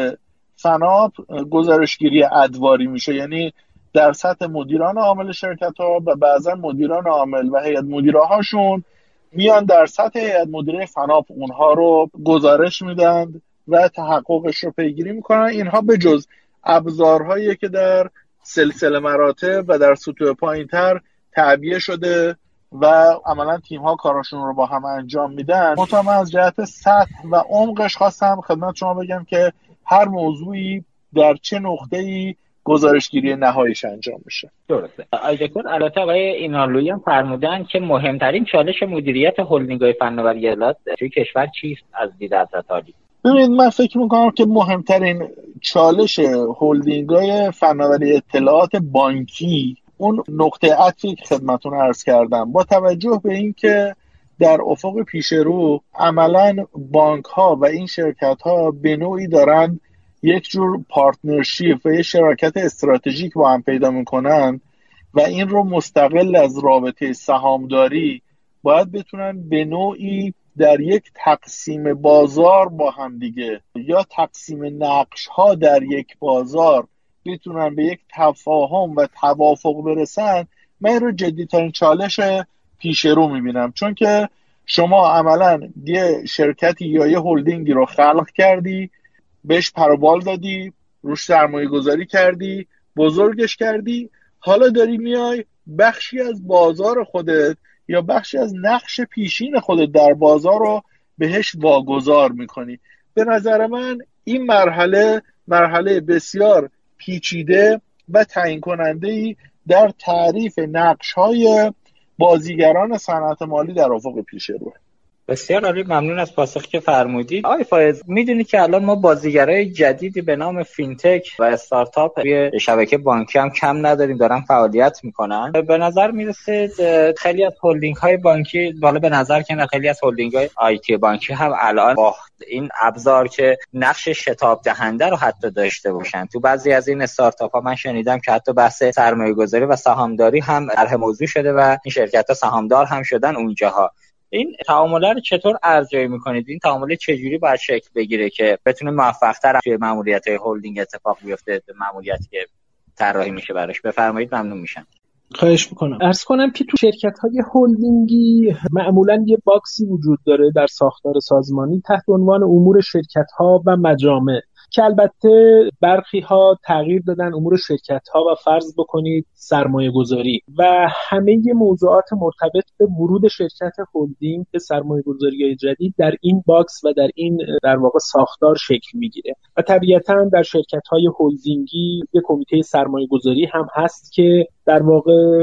فناپ گزارشگیری ادواری میشه، یعنی در سطح مدیران عامل شرکت ها و بعضا مدیران عامل و هیئت مدیره هاشون میان در سطح هیئت مدیره فناپ اونها رو گزارش میدن و تحققش رو پیگیری میکنن. اینها به جز ابزارهایی که در سلسله مراتب و در سطوح پایینتر تعبیه شده و عملا تیم‌ها کاراشون رو با هم انجام میدن، مطمئن از جهت سطح و عمقش خواستم خدمت شما بگم که هر موضوعی در چه نقطه‌ای گزارشگیری نهاییش انجام میشه. درسته. آقای دکتر، البته آقای اینالویی هم فرمودن که مهمترین چالش مدیریت هلدینگ‌های فناوری اطلاعات توی کشور چیست از دید حضرت عالی؟ ببینید، من فکر میکنم که مهمترین چالش هلدینگ‌های فناوری اطلاعات بانکی اون نقطه عطفی که خدمتتون عرض کردم، با توجه به این که در افق پیش رو عملاً بانک‌ها و این شرکت‌ها به نوعی دارن یک جور پارتنرشیپ و یک شراکت استراتژیک با هم پیدا میکنن و این رو مستقل از رابطه سهامداری باید بتونن به نوعی در یک تقسیم بازار با هم دیگه یا تقسیم نقش ها در یک بازار بتونن به یک تفاهم و توافق برسن. من رو جدیترین چالش پیش رو میبینم، چون که شما عملاً یه شرکتی یا یه هلدینگی رو خلق کردی، بهش پروبال دادی، روش سرمایه گذاری کردی، بزرگش کردی، حالا داری میای بخشی از بازار خودت یا بخشی از نقش پیشین خودت در بازار رو بهش واگذار میکنی. به نظر من این مرحله مرحله بسیار پیچیده و تعیین کننده‌ای در تعریف نقش‌های بازیگران صنعت مالی در افق پیش رو. بسیار عالی، ممنون از پاسخی که فرمودید. آقای فایز، میدونی که الان ما بازیگرای جدیدی به نام فینتک و استارتاپ روی شبکه بانکی هم کم نداریم، دارن فعالیت میکنن. به نظر میرسه خیلی از هلدینگ های بانکی، بالا به نظر که خیلی از هلدینگ های آی تی بانکی هم الان با این ابزار که نقش شتاب دهنده رو حتی داشته باشن. تو بعضی از این استارتاپ ها من شنیدم که حتی بحث سرمایه گذاری و سهامداری هم طرح موضوع شده و این شرکت ها سهامدار هم شدن اونجاها. این تعامله رو چطور ارزیابی می‌کنید؟ این تعامله چجوری باید شکل بگیره که بتونه موفق‌تر توی ماموریت‌های هلدینگ اتفاق بیفته، ماموریتی که طراحی میشه براش؟ بفرمایید، ممنون میشم. خواهش میکنم. عرض کنم که تو شرکت‌های هلدینگی معمولاً یه باکسی وجود داره در ساختار سازمانی تحت عنوان امور شرکت‌ها و مجامع که البته برخی ها تغییر دادن امور شرکت ها و فرض بکنید سرمایه گذاری و همه موضوعات مرتبط به ورود شرکت هلدینگ به سرمایه گذاری جدید در این باکس و در این در واقع ساختار شکل میگیره و طبیعتاً در شرکت های هلدینگی یک کمیته سرمایه گذاری هم هست که در واقع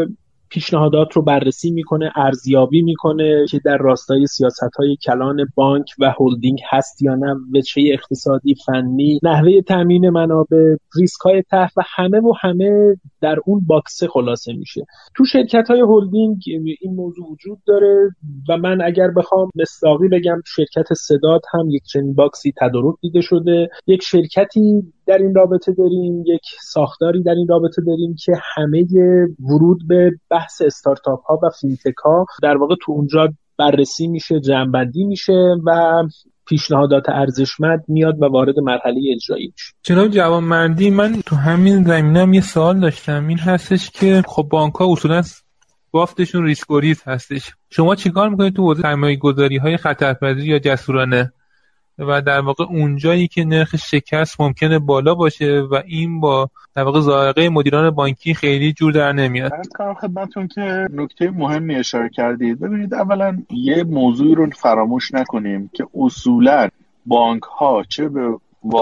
پیشنهادات رو بررسی میکنه، ارزیابی میکنه که در راستای سیاست‌های کلان بانک و هلدینگ هست یا نه، وجهه اقتصادی، فنی، نحوه تامین منابع، ریسک‌های طرح و همه و همه در اون باکس خلاصه میشه. تو شرکت‌های هلدینگ این موضوع وجود داره و من اگر بخوام مصداقی بگم شرکت صداد هم یک چنین باکسی تدارک دیده شده. یک شرکتی در این رابطه داریم، یک ساختاری در این رابطه داریم که همه ورود به بحث استارتاپ ها و فینتک ها در واقع تو اونجا بررسی میشه، جمع‌بندی میشه و پیشنهادات ارزشمند میاد و وارد مرحله اجرایی میشه. جناب جوانمردی، من تو همین زمینه هم یه سوال داشتم. این هستش که خب بانک ها اصولا بافتشون ریسک و ریز هستش. شما چیکار میکنید تو حوزه سرمایه‌گذاری های خطرپذیر یا جسورانه و در واقع اونجایی که نرخ شکست ممکنه بالا باشه و این با در واقع ذائقه مدیران بانکی خیلی جور در نمیاد؟ عرض کنم خدمتتون که نکته مهمی اشاره کردید. ببینید، اولا یه موضوعی رو فراموش نکنیم که اصولا بانک ها چه به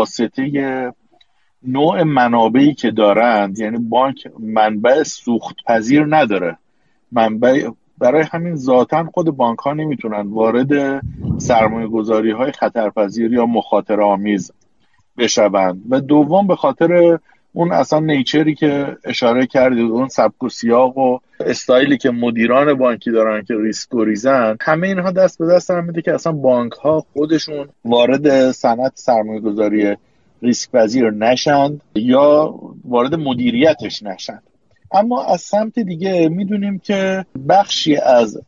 واسطه نوع منابعی که دارند، یعنی بانک منبع سوخت پذیر نداره، منبع برای همین ذاتاً خود بانک ها نمیتونن وارد سرمایه گذاری های خطرپذیر یا مخاطره آمیز بشوند و دوم به خاطر اون اصلا نیچری که اشاره کردید، اون سبک و سیاق و استایلی که مدیران بانکی دارن که ریسک گریزن، همه اینها دست به دست هم میده که اصلا بانک ها خودشون وارد صنعت سرمایه گذاری ریسک پذیر نشند یا وارد مدیریتش نشند. اما از سمت دیگه میدونیم که بخشی از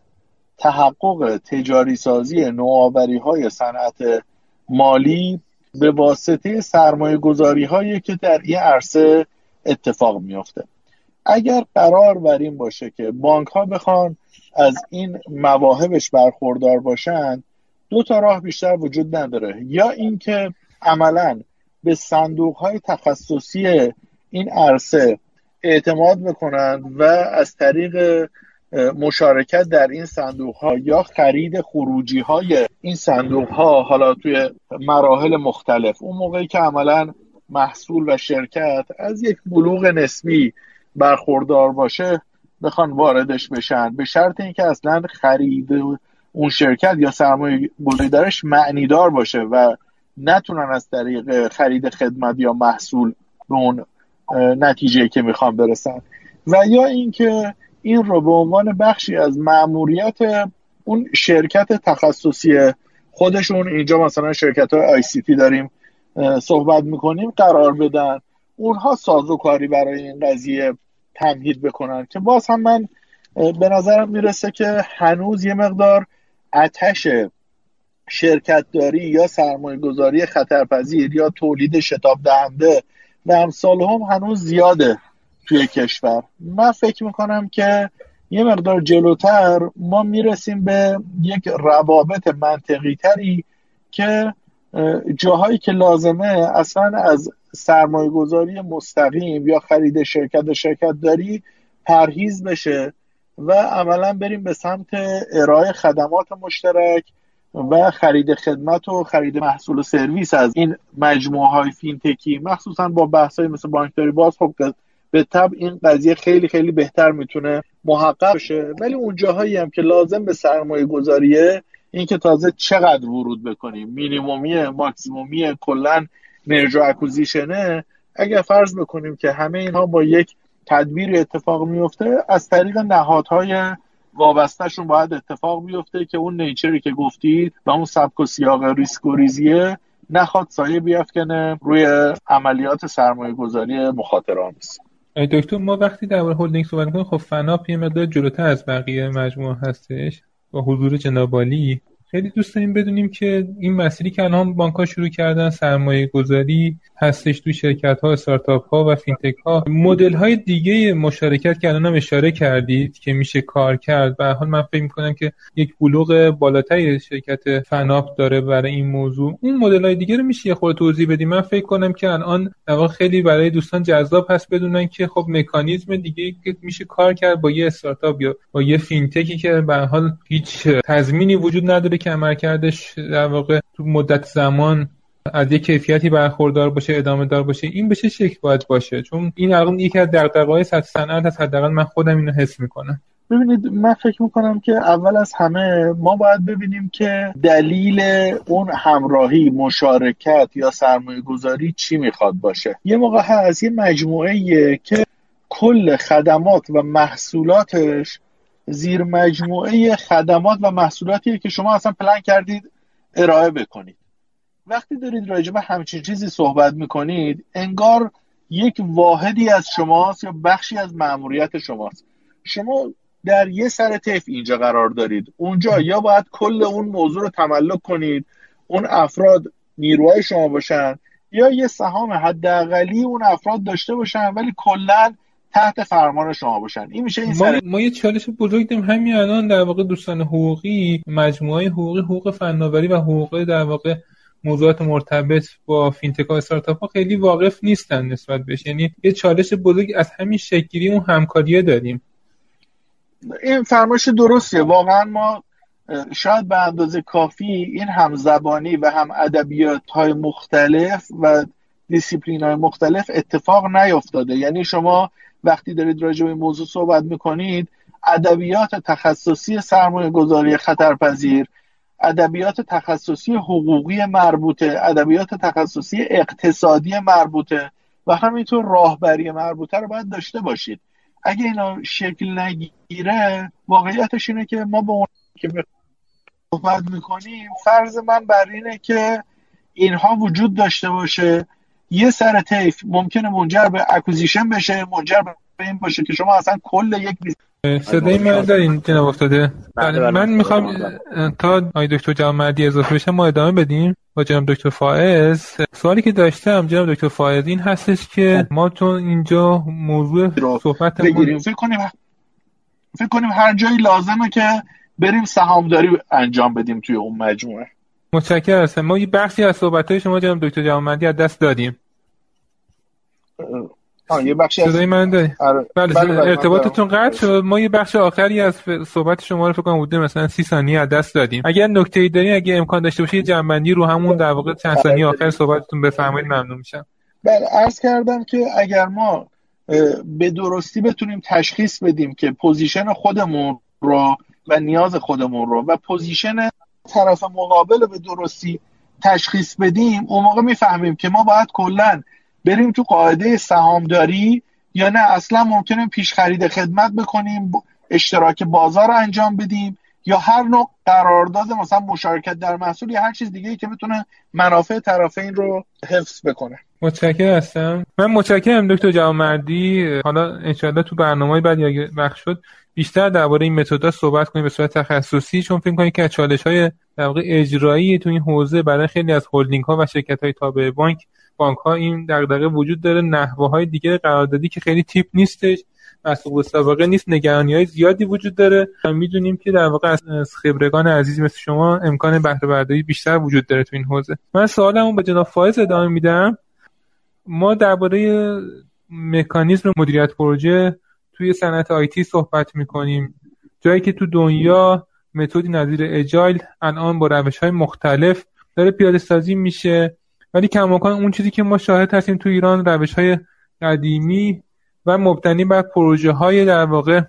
تحقق تجاری سازی نوآوری های صنعت مالی به واسطه سرمایه گذاری هایی که در این عرصه اتفاق میفته. اگر قرار بر این باشه که بانک ها بخوان از این مواهبش برخوردار باشن، دو تا راه بیشتر وجود نداره. یا اینکه عملاً به صندوق های تخصصی این عرصه اعتماد بکنند و از طریق مشارکت در این صندوق ها یا خرید خروجی های این صندوق ها، حالا توی مراحل مختلف، اون موقعی که عملاً محصول و شرکت از یک بلوغ نسبی برخوردار باشه بخوان واردش بشن، به شرط اینکه اصلا خرید اون شرکت یا سرمایه گذاری درش معنیدار باشه و نتونن از طریق خرید خدمت یا محصول به اون نتیجه که میخوان برسن. و یا اینکه این رو به عنوان بخشی از مأموریت اون شرکت تخصصی خودشون، اینجا مثلا شرکت های آی سی تی داریم صحبت میکنیم، قرار بدن، اونها سازوکاری برای این قضیه تمهید بکنن. که باز هم من به نظرم میرسه که هنوز یه مقدار آتش شرکت داری یا سرمایه گذاری خطرپذیر یا تولید شتاب دهنده و امثال هم هنوز زیاده توی کشور. من فکر میکنم که یه مقدار جلوتر ما میرسیم به یک روابط منطقی تری که جاهایی که لازمه اصلا از سرمایه گذاری مستقیم یا خرید شرکت و شرکت داری پرهیز بشه و عملا بریم به سمت ارائه خدمات مشترک و خرید خدمت و خرید محصول و سرویس از این مجموعه های فینتکی، مخصوصا با بحث های مثل بانکداری. باز خب به طبع این قضیه خیلی خیلی بهتر میتونه محقق بشه، ولی اون جاهایی هم که لازم به سرمایه گذاریه، این که تازه چقدر ورود بکنیم، مینیمومی، ماکسیمومی، کلن مرجع اکوزیشنه، اگر فرض بکنیم که همه اینها با یک تدبیر اتفاق میفته، از طریق نهادهای وابستهشون باید اتفاق بیفته که اون نیچری که گفتید و اون سبک و سیاق ریسک و ریزیه نخواد سایه بیافکنه روی عملیات سرمایه گذاری مخاطره‌آمیز. دکتر، ما وقتی در مورد هلدینگ صحبت می‌کنیم، خب فناپ یه مقدار جلوتر از بقیه مجموعه هستش با حضور جناب عالی. خیلی دوست داریم بدونیم که این مسیری که الان بانک‌ها شروع کردن، سرمایه گذاری هستش تو شرکت‌ها، استارتاپ‌ها و فینتک‌ها، مدل‌های دیگه مشارکت که الان هم اشاره کردید که میشه کار کرد. به هر حال من فکر می‌کنم که یک بلوغ بالاتری شرکت فناپ داره برای این موضوع. اون مدل‌های دیگه رو میشه یه خورده توضیح بدیم؟ من فکر کنم که الان در واقع خیلی برای دوستان جذاب هست بدونن که خب مکانیزم دیگه که میشه کار کرد با یه استارتاپ یا با یه فینتکی که به هر حال هیچ تضمینی وجود نداره که عملکردش در واقع تو مدت زمان از یک کیفیتی برخوردار باشه، ادامه دار باشه. این به چه شکل باید باشه؟ چون این الان یکی از دغدغه‌های سطح صنعت هست، حداقل من خودم اینو حس میکنم. ببینید من فکر میکنم که اول از همه ما باید ببینیم که دلیل اون همراهی، مشارکت یا سرمایه گذاری چی میخواد باشه. یه موقع هست یه مجموعه که کل خدمات و محصولاتش زیر مجموعه خدمات و محصولاتیه که شما اصلا پلن کردید ارائه بکنید. وقتی دارید راجع به همچین چیزی صحبت میکنید انگار یک واحدی از شماست یا بخشی از مأموریت شماست. شما در یه سر طیف اینجا قرار دارید، اونجا یا باید کل اون موضوع رو تملک کنید، اون افراد نیروهای شما باشن، یا یه سهام حداقلی اون افراد داشته باشن ولی کلا تحت فرمان شما باشن. این میشه این ما, سر... ما یه چالش بزرگ داریم همین الان در واقع دوستان حقوقی، مجموعه حقوقی، حقوق فناوری و حقوق در واقع موضوعات مرتبط با فینتک و استارتاپ ها خیلی واقف نیستن نسبت بهش. یعنی یه چالش بزرگ از همین شکلی اون همکاریه داریم. این فرمایش درسته. واقعا ما شاید به اندازه کافی این همزبانی و هم ادبیات های مختلف و دیسیپلین های مختلف اتفاق نیفتاده. یعنی شما وقتی دارید راجع به این موضوع صحبت میکنید، ادبیات تخصصی سرمایه گذاری خطرپذیر، ادبیات تخصصی حقوقی مربوطه، ادبیات تخصصی اقتصادی مربوطه و همینطور راهبری مربوطه رو باید داشته باشید. اگه اینا شکل نگیره واقعیتش اینه که ما با اون که صحبت میکنیم فرض من بر اینه که اینها وجود داشته باشه. یه سر طیف ممکنه منجر به اکوزیشن بشه، منجر به این باشه که شما اصلا کل یک بیز... صدای من دارین جناب افتاده؟ من میخوام تا آقای دکتر جوانمردی اضافه بشم ما ادامه بدیم با جناب دکتر فائز. سوالی که داشتم جناب دکتر فائز این هستش که ما تو اینجا موضوع صحبتمون فکر کنیم فکر کنیم هر جایی لازمه که بریم سهامداری انجام بدیم توی اون مجموعه. متشکرم هستم. ما یه بخشی از صحبت‌های شما جناب دکتر جوانمردی از دست دادیم. آه یه بخشی صدای من داری؟ آره. بله, بله, بله ارتباطتون قطع شد. ما یه بخش آخری از صحبت شما رو فکر کنم بوده مثلا سی ثانیه از دست دادیم. اگر نکته‌ای دارین، اگه امکان داشته باشه یه جنبندی رو همون در واقع چند ثانیه آخر صحبتتون بفرمایید ممنون میشم. بله عرض کردم که اگر ما به درستی بتونیم تشخیص بدیم که پوزیشن خودمون رو و نیاز خودمون رو و پوزیشن طرف مقابل به درستی تشخیص بدیم، اون موقع میفهمیم که ما باید کلاً بریم تو قاعده سهامداری یا نه اصلا ممکنه پیش خرید خدمت بکنیم، اشتراک بازار انجام بدیم یا هر نوع قرارداد مثلا مشارکت در محصول یا هر چیز دیگه‌ای که بتونه منافع طرفین رو حفظ بکنه. متشکرم هستم. من متشکرم دکتر جوانمردی. حالا انشاءالله تو برنامه‌های بعد اگه وقت شد بیشتر درباره این متدها صحبت کنیم به صورت تخصصی، چون فکر کنم که از چالش‌های در واقع اجرایی تو این حوزه برای خیلی از هلدینگ‌ها و شرکت‌های تابع بانک بانک‌ها این دغدغه وجود داره. نحوه‌های دیگه قراردادی که خیلی تیپ نیستش، مسئول به سابقه نیست، نگرانی‌های زیادی وجود داره. ما می‌دونیم که در واقع از خبرگان عزیز مثل شما امکان بهره برداری بیشتر وجود داره تو این حوزه. من سوالمو به جناب فائز ادامه میدم. ما درباره مکانیزم مدیریت پروژه توی صنعت آیتی صحبت می‌کنیم، جایی که تو دنیا متدی نظیر اجایل الان با روش‌های مختلف داره پیاده‌سازی میشه، ولی کماکان اون چیزی که ما شاهد هستیم تو ایران روش‌های قدیمی و مبتنی بر پروژه‌های در واقع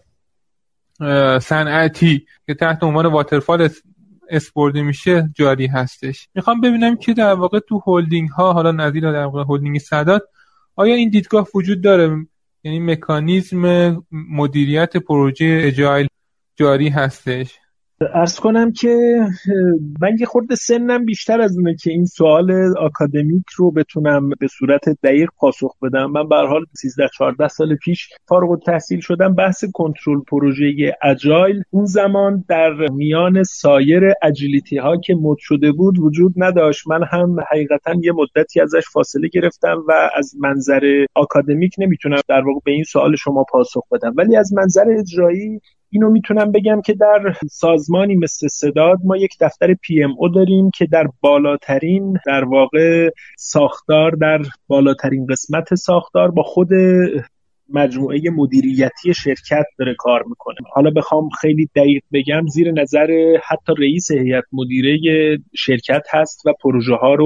صنعتی که تحت عنوان واترفال اسپورده میشه جاری هستش. میخوام ببینم که در واقع تو هولدینگ ها، حالا نظیر در واقع هولدینگ سادات، آیا این دیدگاه وجود داره؟ یعنی مکانیزم مدیریت پروژه اجایل جاری هستش؟ عرض کنم که من یه خورده سنم بیشتر از اونه که این سوال آکادمیک رو بتونم به صورت دقیق پاسخ بدم. من به هر حال سیزده چهارده سال پیش فارغ التحصیل شدم. بحث کنترل پروژه اجایل اون زمان در میان سایر اجیلیتی ها که مد شده بود وجود نداشت. من هم حقیقتا یه مدتی ازش فاصله گرفتم و از منظر آکادمیک نمیتونم در واقع به این سوال شما پاسخ بدم، ولی از منظر اجرایی اینو میتونم بگم که در سازمانی مثل سداد ما یک دفتر پی ام او داریم که در بالاترین در واقع ساختار، در بالاترین قسمت ساختار با خود مجموعه مدیریتی شرکت داره کار میکنه. حالا بخوام خیلی دقیق بگم زیر نظر حتی رئیس هیئت مدیره شرکت هست و پروژه ها رو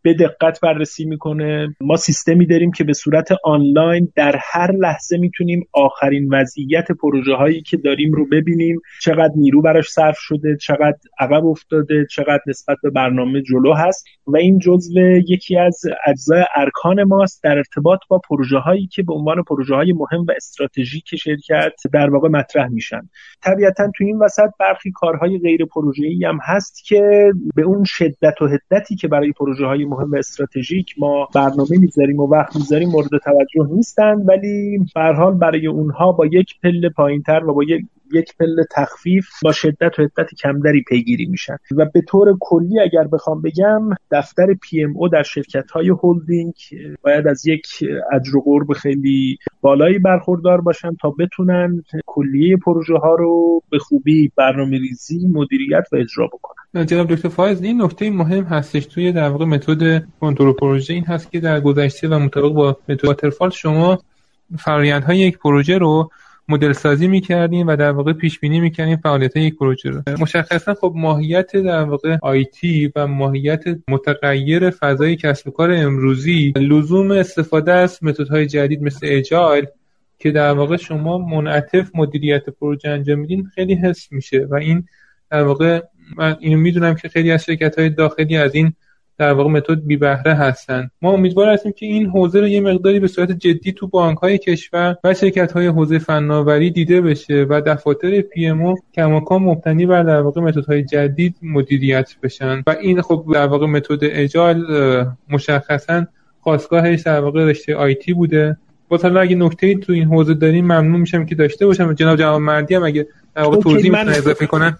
به دقت بررسی میکنه. ما سیستمی داریم که به صورت آنلاین در هر لحظه میتونیم آخرین وضعیت پروژه هایی که داریم رو ببینیم، چقدر نیرو براش صرف شده، چقدر عقب افتاده، چقدر نسبت به برنامه جلو هست و این جزو یکی از اجزای ارکان ماست در ارتباط با پروژه هایی که به عنوان پروژه های مهم و استراتژیک شرکت در واقع مطرح میشن. طبیعتاً تو این وسط برخی کارهای غیر پروژه‌ای هم هست که به اون شدت و حدتی که برای پروژه های مهم و استراتژیک ما برنامه میذاریم و وقت میذاریم مورد توجه نیستن، ولی به هر حال برای اونها با یک پله پایینتر و با یک یک پله تخفیف با شدت و حدت کمتری پیگیری میشن. و به طور کلی اگر بخوام بگم دفتر پی ام او در شرکت‌های هولدینگ باید از یک اجر و قرب خیلی بالایی برخوردار باشن تا بتونن کلیه پروژه ها رو به خوبی برنامه‌ریزی، مدیریت و اجرا بکنن. جناب دکتر فایز، این نکته مهم هستش توی در واقع متد کنترل پروژه، این هست که در گذشته و مطابق با متد واترفال شما فرآیندهای یک پروژه رو مدل سازی می‌کردیم و در واقع پیش بینی می‌کردیم فعالیت یک پروژه رو. مشخصا خب ماهیت در واقع آیتی و ماهیت متغیر فضای کسب و کار امروزی لزوم استفاده از متدهای جدید مثل اجایل که در واقع شما منعطف مدیریت پروژه انجام میدین خیلی حس میشه و این در واقع من اینو میدونم که خیلی از شرکت‌های داخلی از این در واقع متد بی بهره هستن. ما امیدوار هستیم که این حوزه رو یه مقداری به صورت جدی تو بانک‌های کشور و شرکت‌های حوزه فناوری دیده بشه و دفاتر پی ام او کماکان مبتنی بر در واقع متدهای جدید مدیریت بشن و این خب در واقع متد اجایل مشخصاً خاصگاهش در واقع رشته آیتی بوده. مثلا اگه نکته‌ای تو این حوزه داریم ممنون میشم که داشته باشم. جناب جوانمردی هم اگه در واقع توضیح میتونن اضافه کنن.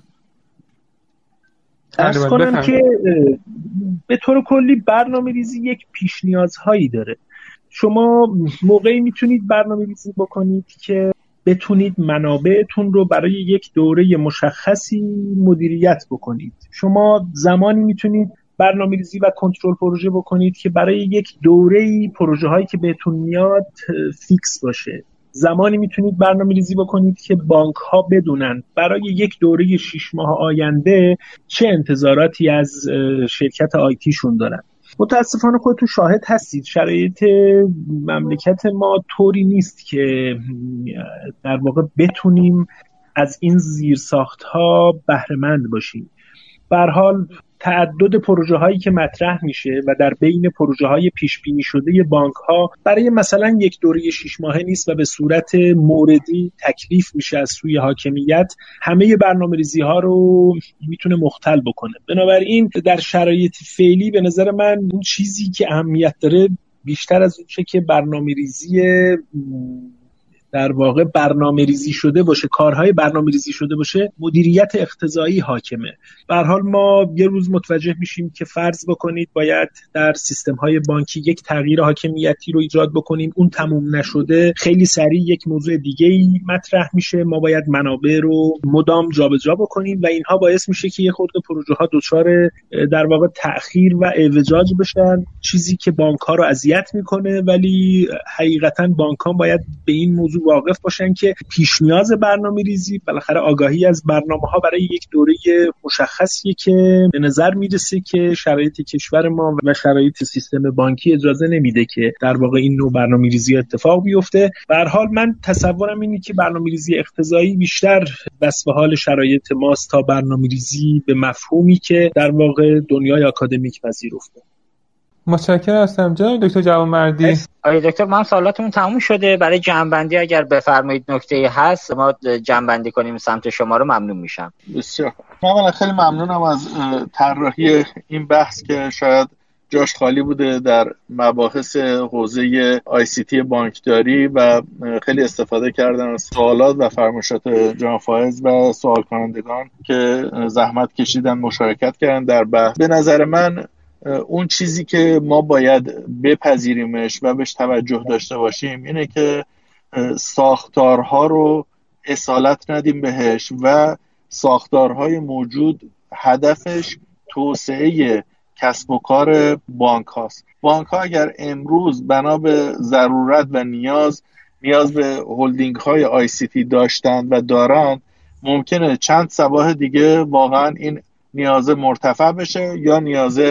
عرض کنم که به طور کلی برنامه ریزی یک پیش نیازهایی داره. شما موقعی میتونید برنامه ریزی بکنید که بتونید منابعتون رو برای یک دوره مشخصی مدیریت بکنید. شما زمانی میتونید برنامه ریزی و کنترل پروژه بکنید که برای یک دوره‌ای پروژه هایی که بهتون میاد فیکس باشه. زمانی میتونید برنامه ریزی بکنید که بانک ها بدونن برای یک دوره شش ماه آینده چه انتظاراتی از شرکت آیتیشون دارن. متاسفانه خودتون شاهد هستید شرایط مملکت ما طوری نیست که در واقع بتونیم از این زیرساخت ها بهره مند باشیم. به هر حال تعدد پروژه هایی که مطرح میشه و در بین پروژه های پیش بینی شده بانک ها برای مثلا یک دوره شش ماهه نیست و به صورت موردی تکلیف میشه از سوی حاکمیت، همه برنامه‌ریزی ها رو میتونه مختل بکنه. بنابراین در شرایط فعلی به نظر من اون چیزی که اهمیت داره بیشتر از اون چه که برنامه‌ریزی در واقع برنامه ریزی شده باشه، کارهای برنامه ریزی شده باشه، مدیریت اقتضایی حاکمه. به هر حال ما یه روز متوجه میشیم که فرض بکنید باید در سیستم های بانکی یک تغییر حاکمیتی رو ایجاد بکنیم، اون تموم نشده، خیلی سریع یک موضوع دیگه‌ای مطرح میشه، ما باید منابع رو مدام جابجا بکنیم و اینها باعث میشه که یه خورده پروژه ها دچار در واقع تأخیر و اعوجاج بشن، چیزی که بانک ها رو اذیت میکنه. ولی حقیقتا بانک ها باید به این موضوع واقف باشن که پیش نیاز برنامه‌ریزی بالاخره آگاهی از برنامه‌ها برای یک دوره مشخصیه که به نظر میرسه که شرایط کشور ما و شرایط سیستم بانکی اجازه نمیده که در واقع این نوع برنامه‌ریزی اتفاق بیفته. به هر حال من تصورم اینه که برنامه‌ریزی اقتضایی بیشتر وصف حال شرایط ماست تا برنامه‌ریزی به مفهومی که در واقع دنیای آکادمیک پذیرفته. متشکرم هستم. جناب دکتر جوانمردی. آقای دکتر ما هم سوالاتمون تموم شده. برای جمع‌بندی اگر بفرمایید نکته‌ای هست ما جمع‌بندی کنیم سمت شما رو ممنون میشم. بسیار. من خیلی ممنونم از طراحی این بحث که شاید جاش خالی بوده در مباحث حوزه آی سی تی بانکداری و خیلی استفاده کردن از سوالات و فرمایشات جناب فایز و سوال کنندگان که زحمت کشیدن مشارکت کردن در بحث. به نظر من اون چیزی که ما باید بپذیریمش و بهش توجه داشته باشیم اینه که ساختارها رو اصالت ندیم بهش و ساختارهای موجود هدفش توسعه کسب و کار بانک هاست. بانک ها اگر امروز بنا به ضرورت و نیاز نیاز به هولدینگ های آی سی تی داشتند و دارند، ممکنه چند صباح دیگه واقعا این نیاز مرتفع بشه یا نیاز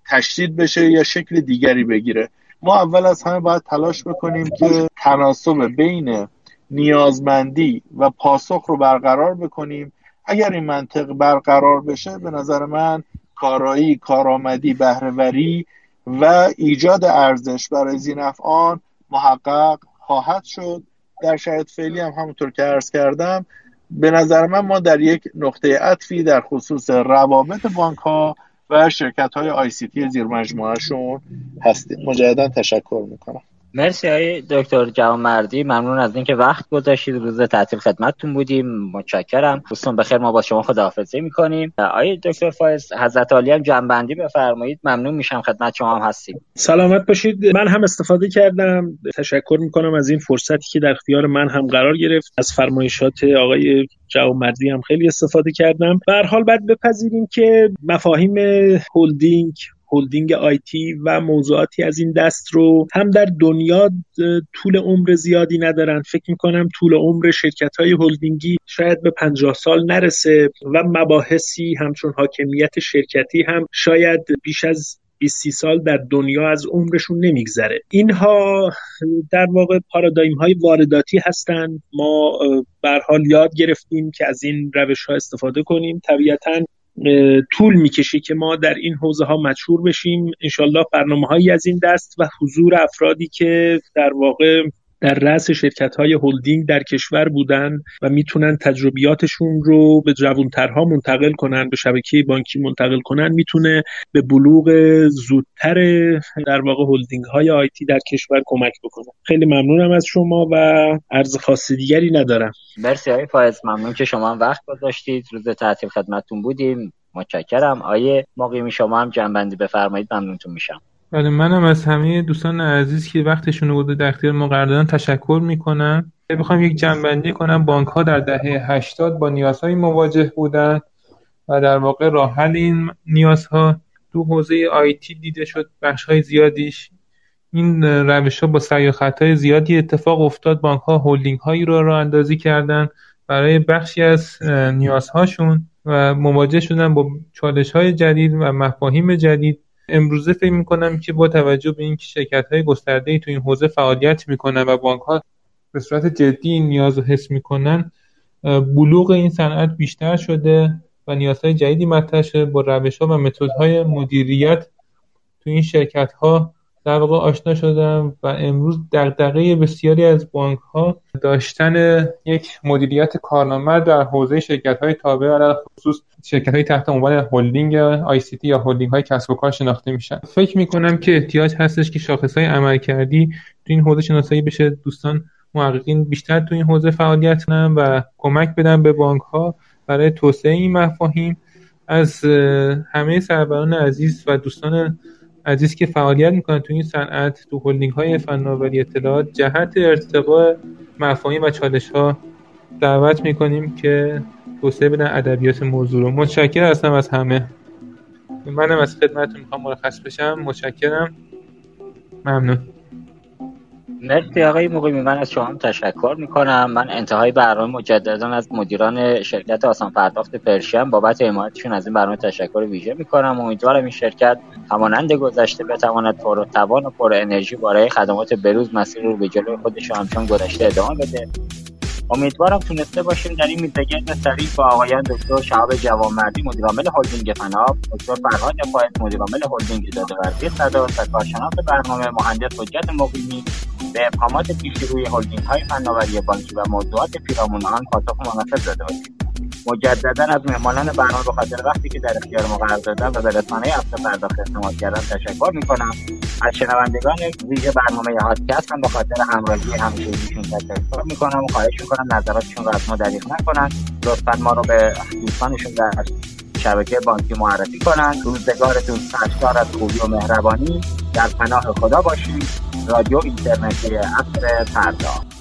تشدید بشه یا شکل دیگری بگیره. ما اول از همه باید تلاش بکنیم که تناسب بین نیازمندی و پاسخ رو برقرار بکنیم. اگر این منطق برقرار بشه به نظر من کارایی، کارآمدی، بهره‌وری و ایجاد ارزش برای ذی‌نفعان محقق خواهد شد. در شرایط فعلی هم همونطور که عرض کردم به نظر من ما در یک نقطه عطفی در خصوص روابط بانک‌ها و شرکت‌های آی سی تی زیر مجموعه‌شون هستیم. مجددا تشکر میکنم. مرسی آقای دکتر جوانمردی، ممنون از اینکه وقت گذاشتید، روز تعطیل خدمتتون بودیم، متشکرم. دوستان بخیر، ما با شما خداحافظی میکنیم. آقای دکتر فایز حضرت عالی هم جنبندی بفرمایید، ممنون میشم. خدمت شما هم هستیم. سلامت باشید. من هم استفاده کردم، تشکر میکنم از این فرصتی که در اختیار من هم قرار گرفت. از فرمایشات آقای جوانمردی هم خیلی استفاده کردم. به هر حال باید بپذیریم که مفاهیم هلدینگ هلدینگ آیتی و موضوعاتی از این دست رو هم در دنیا طول عمر زیادی ندارن. فکر میکنم طول عمر شرکت‌های هلدینگی شاید به پنجاه سال نرسه و مباحثی همچون حاکمیت شرکتی هم شاید بیش از بیست سی سال در دنیا از عمرشون نمیگذره. اینها در واقع پارادایم‌های وارداتی هستن. ما به هر حال یاد گرفتیم که از این روش‌ها استفاده کنیم. طبیعتاً طول میکشه که ما در این حوزه ها مشهور بشیم. انشالله برنامه هایی از این دست و حضور افرادی که در واقع در رأس شرکت های هلدینگ در کشور بودن و میتونن تجربیاتشون رو به جوانترها منتقل کنن، به شبکه بانکی منتقل کنن، میتونه به بلوغ زودتر در واقع هلدینگ های آیتی در کشور کمک بکنه. خیلی ممنونم از شما و عرض خاصی دیگری ندارم. مرسی آقای فایز، ممنون که شما هم وقت گذاشتید، روز تعطیل خدمتتون بودیم، متشکرم. آقای مقیمی شما هم جنبندی بفرمایید، ممنونتون میشم. بله، منم از همه دوستان عزیز که وقتشون رو در اختیار ما قرار دادن تشکر میکنم. بخوام یک جنبندی کنم، بانک ها در دهه هشتاد با نیازهای مواجه بودن و در واقع راه حل این نیازها تو حوزه آیتی دیده شد. بخش های زیادیش این روش ها با سعی و خطای زیادی اتفاق افتاد. بانک ها هولدینگ هایی رو راه اندازی کردن برای بخشی از نیازهاشون و مواجه شدن با چالش های جدید و مفاهیم جدید. امروزه فکر می‌کنم که با توجه به اینکه شرکت‌های گسترده‌ای تو این حوزه فعالیت می‌کنن و بانک‌ها به صورت جدی این نیاز رو حس می‌کنن، بلوغ این صنعت بیشتر شده و نیازهای جدیدی مطرح شده. با روش‌ها و متدهای مدیریت تو این شرکت‌ها در واقع آشنا شدن و امروز دغدغه بسیاری از بانک‌ها داشتن یک مدیریت کارآمد در حوزه شرکت‌های تابع علی خصوص شرکت‌های تحت عنوان هلدینگ آی سی تی یا هلدینگ‌های کسب و کار شناخته میشن. فکر می‌کنم که احتیاج هستش که شاخص‌های عملکردی تو این حوزه شناسایی بشه. دوستان محققین بیشتر تو این حوزه فعالیت کنن و کمک بدن به بانک‌ها برای توسعه این مفاهیم. از همه سروران عزیز و دوستان عزیز که فعالیت میکنن تو این صنعت، تو هلدینگ های فناوری اطلاعات، جهت ارتقاء مفاهیم و چالش ها دعوت میکنیم که توسعه بدن ادبیات موضوع رو. متشکرم هستم از همه. منم از خدمتتون میخوام مرخص بشم. متشکرم، ممنون. مرسی آقای مقیمی، من از شما تشکر میکنم. من انتهای برنامه مجددا از مدیران شرکت آسان پرداخت پرشین بابت حمایتشون از این برنامه تشکر ویژه میکنم. امیدوارم این شرکت همانند گذشته بتواند پر توان و پر انرژی برای خدمات بروز مسیر رو به جلوی خودش همچون گذشته ادامه بده. امیدوارم تونسته باشیم در این میزگرد سریع با آقایان دکتر شهاب جوانمردی مدیر عامل هلدینگ فناب، دکتر فرهاد فایز مدیر عامل هلدینگ داده‌ورزی صدا و کارشناس برنامه مهندس حجت مقیمی به ابهامات پیشی روی هلدینگ های فناوری بانکی و موضوعات پیرامون آن پاسخ مناسب داده باشیم. مجددا از مهمانان برنامه به خاطر وقتی که در اختیار ما قرار دادن و به رسانه افتا پرداخت اعتماد کردن تشکر میکنم. از شنوندگان ویژه برنامه هادکست هم به خاطر همراهی همیشگیشون تشکر میکنم و خواهش میکنم نظراتشون رو از ما دریغ نکنن. لطفا ما رو به دوستانشون در شبکه بانکی معرفی کنن. روزگارتون سرشار از خوبی و مهربانی. در پناه خدا باشید. رادیو اینترنتی عصر پرداخت.